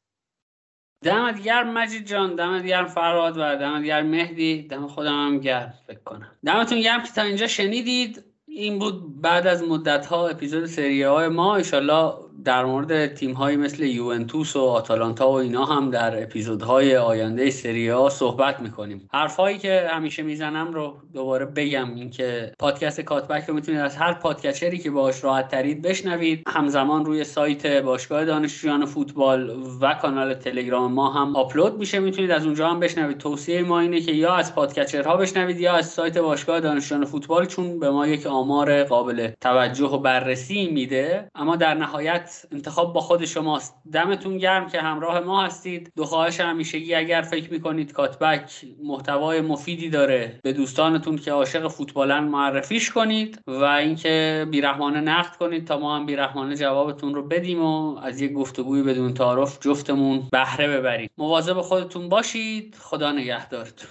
دمت گرم مجید جان، دمت گرم فرهاد و دمت گرم مهدی، دم خودم هم گرم فکر کنم. دمتون گرم که تا اینجا شنیدید. این بود بعد از مدت‌ها اپیزود سری آ ما. ان شاءالله در مورد تیم‌هایی مثل یوونتوس و آتالانتا و اینا هم در اپیزودهای آینده سری آ صحبت می‌کنیم. حرفایی که همیشه میزنم رو دوباره بگم، اینکه پادکست کاتبک رو میتونید از هر پادکچری که باهاش راحت ترید بشنوید. همزمان روی سایت باشگاه دانشجویان فوتبال و کانال تلگرام ما هم آپلود میشه، میتونید از اونجا هم بشنوید. توصیه ما اینه که یا از پادکچرها بشنوید یا از سایت باشگاه دانشجویان فوتبال، چون به ما یک آمار قابل توجه و بررسی میده. اما در نهایت انتخاب با خود شماست. دمتون گرم که همراه ما هستید. دو خواهش همیشگی، اگر فکر میکنید کاتبک محتوای مفیدی داره به دوستانتون که عاشق فوتبالن معرفیش کنید و اینکه بیرحمانه نقد کنید تا ما هم بیرحمانه جوابتون رو بدیم و از یک گفتگوی بدون تعارف جفتمون بهره ببرید. مواظب خودتون باشید. خدا نگهدارتون.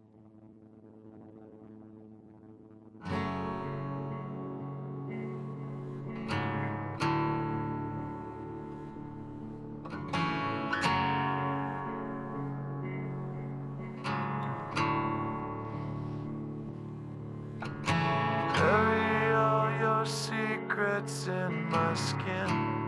Secrets in my skin.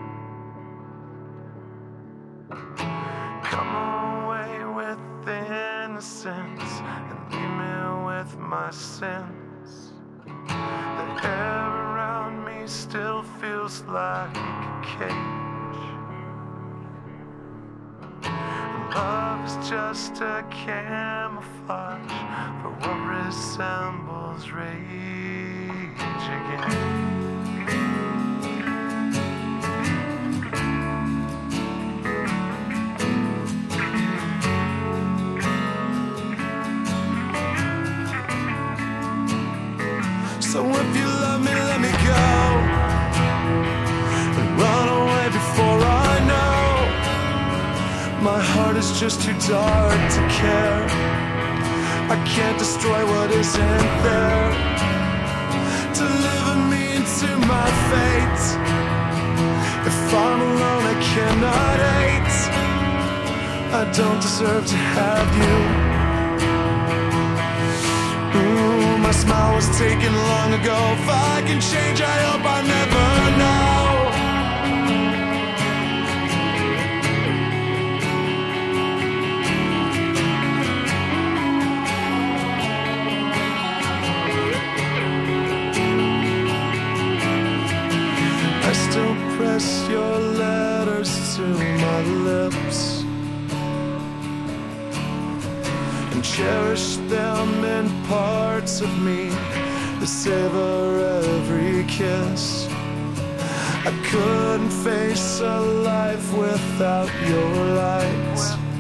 Come away with the innocence and leave me with my sins. The air around me still feels like a cage. Love is just a camouflage for what resembles rage again. So if you love me, let me go and run away before I know. My heart is just too dark to care. I can't destroy what isn't there. Deliver me into my fate. If I'm alone, I cannot hate. I don't deserve to have you. My smile was taken long ago. If I can change, I hope I never know. still press your letters to my lips and cherish them in parts of me that savor every kiss. I couldn't face a life without your light.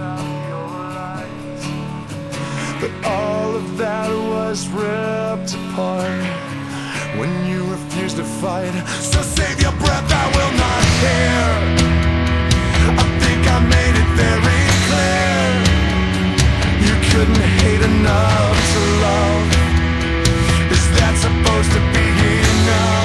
But all of that was ripped apart when you refused to fight. So save your breath, I will not hear. I think I made it very clear. You couldn't hate enough to love. Is that supposed to be enough?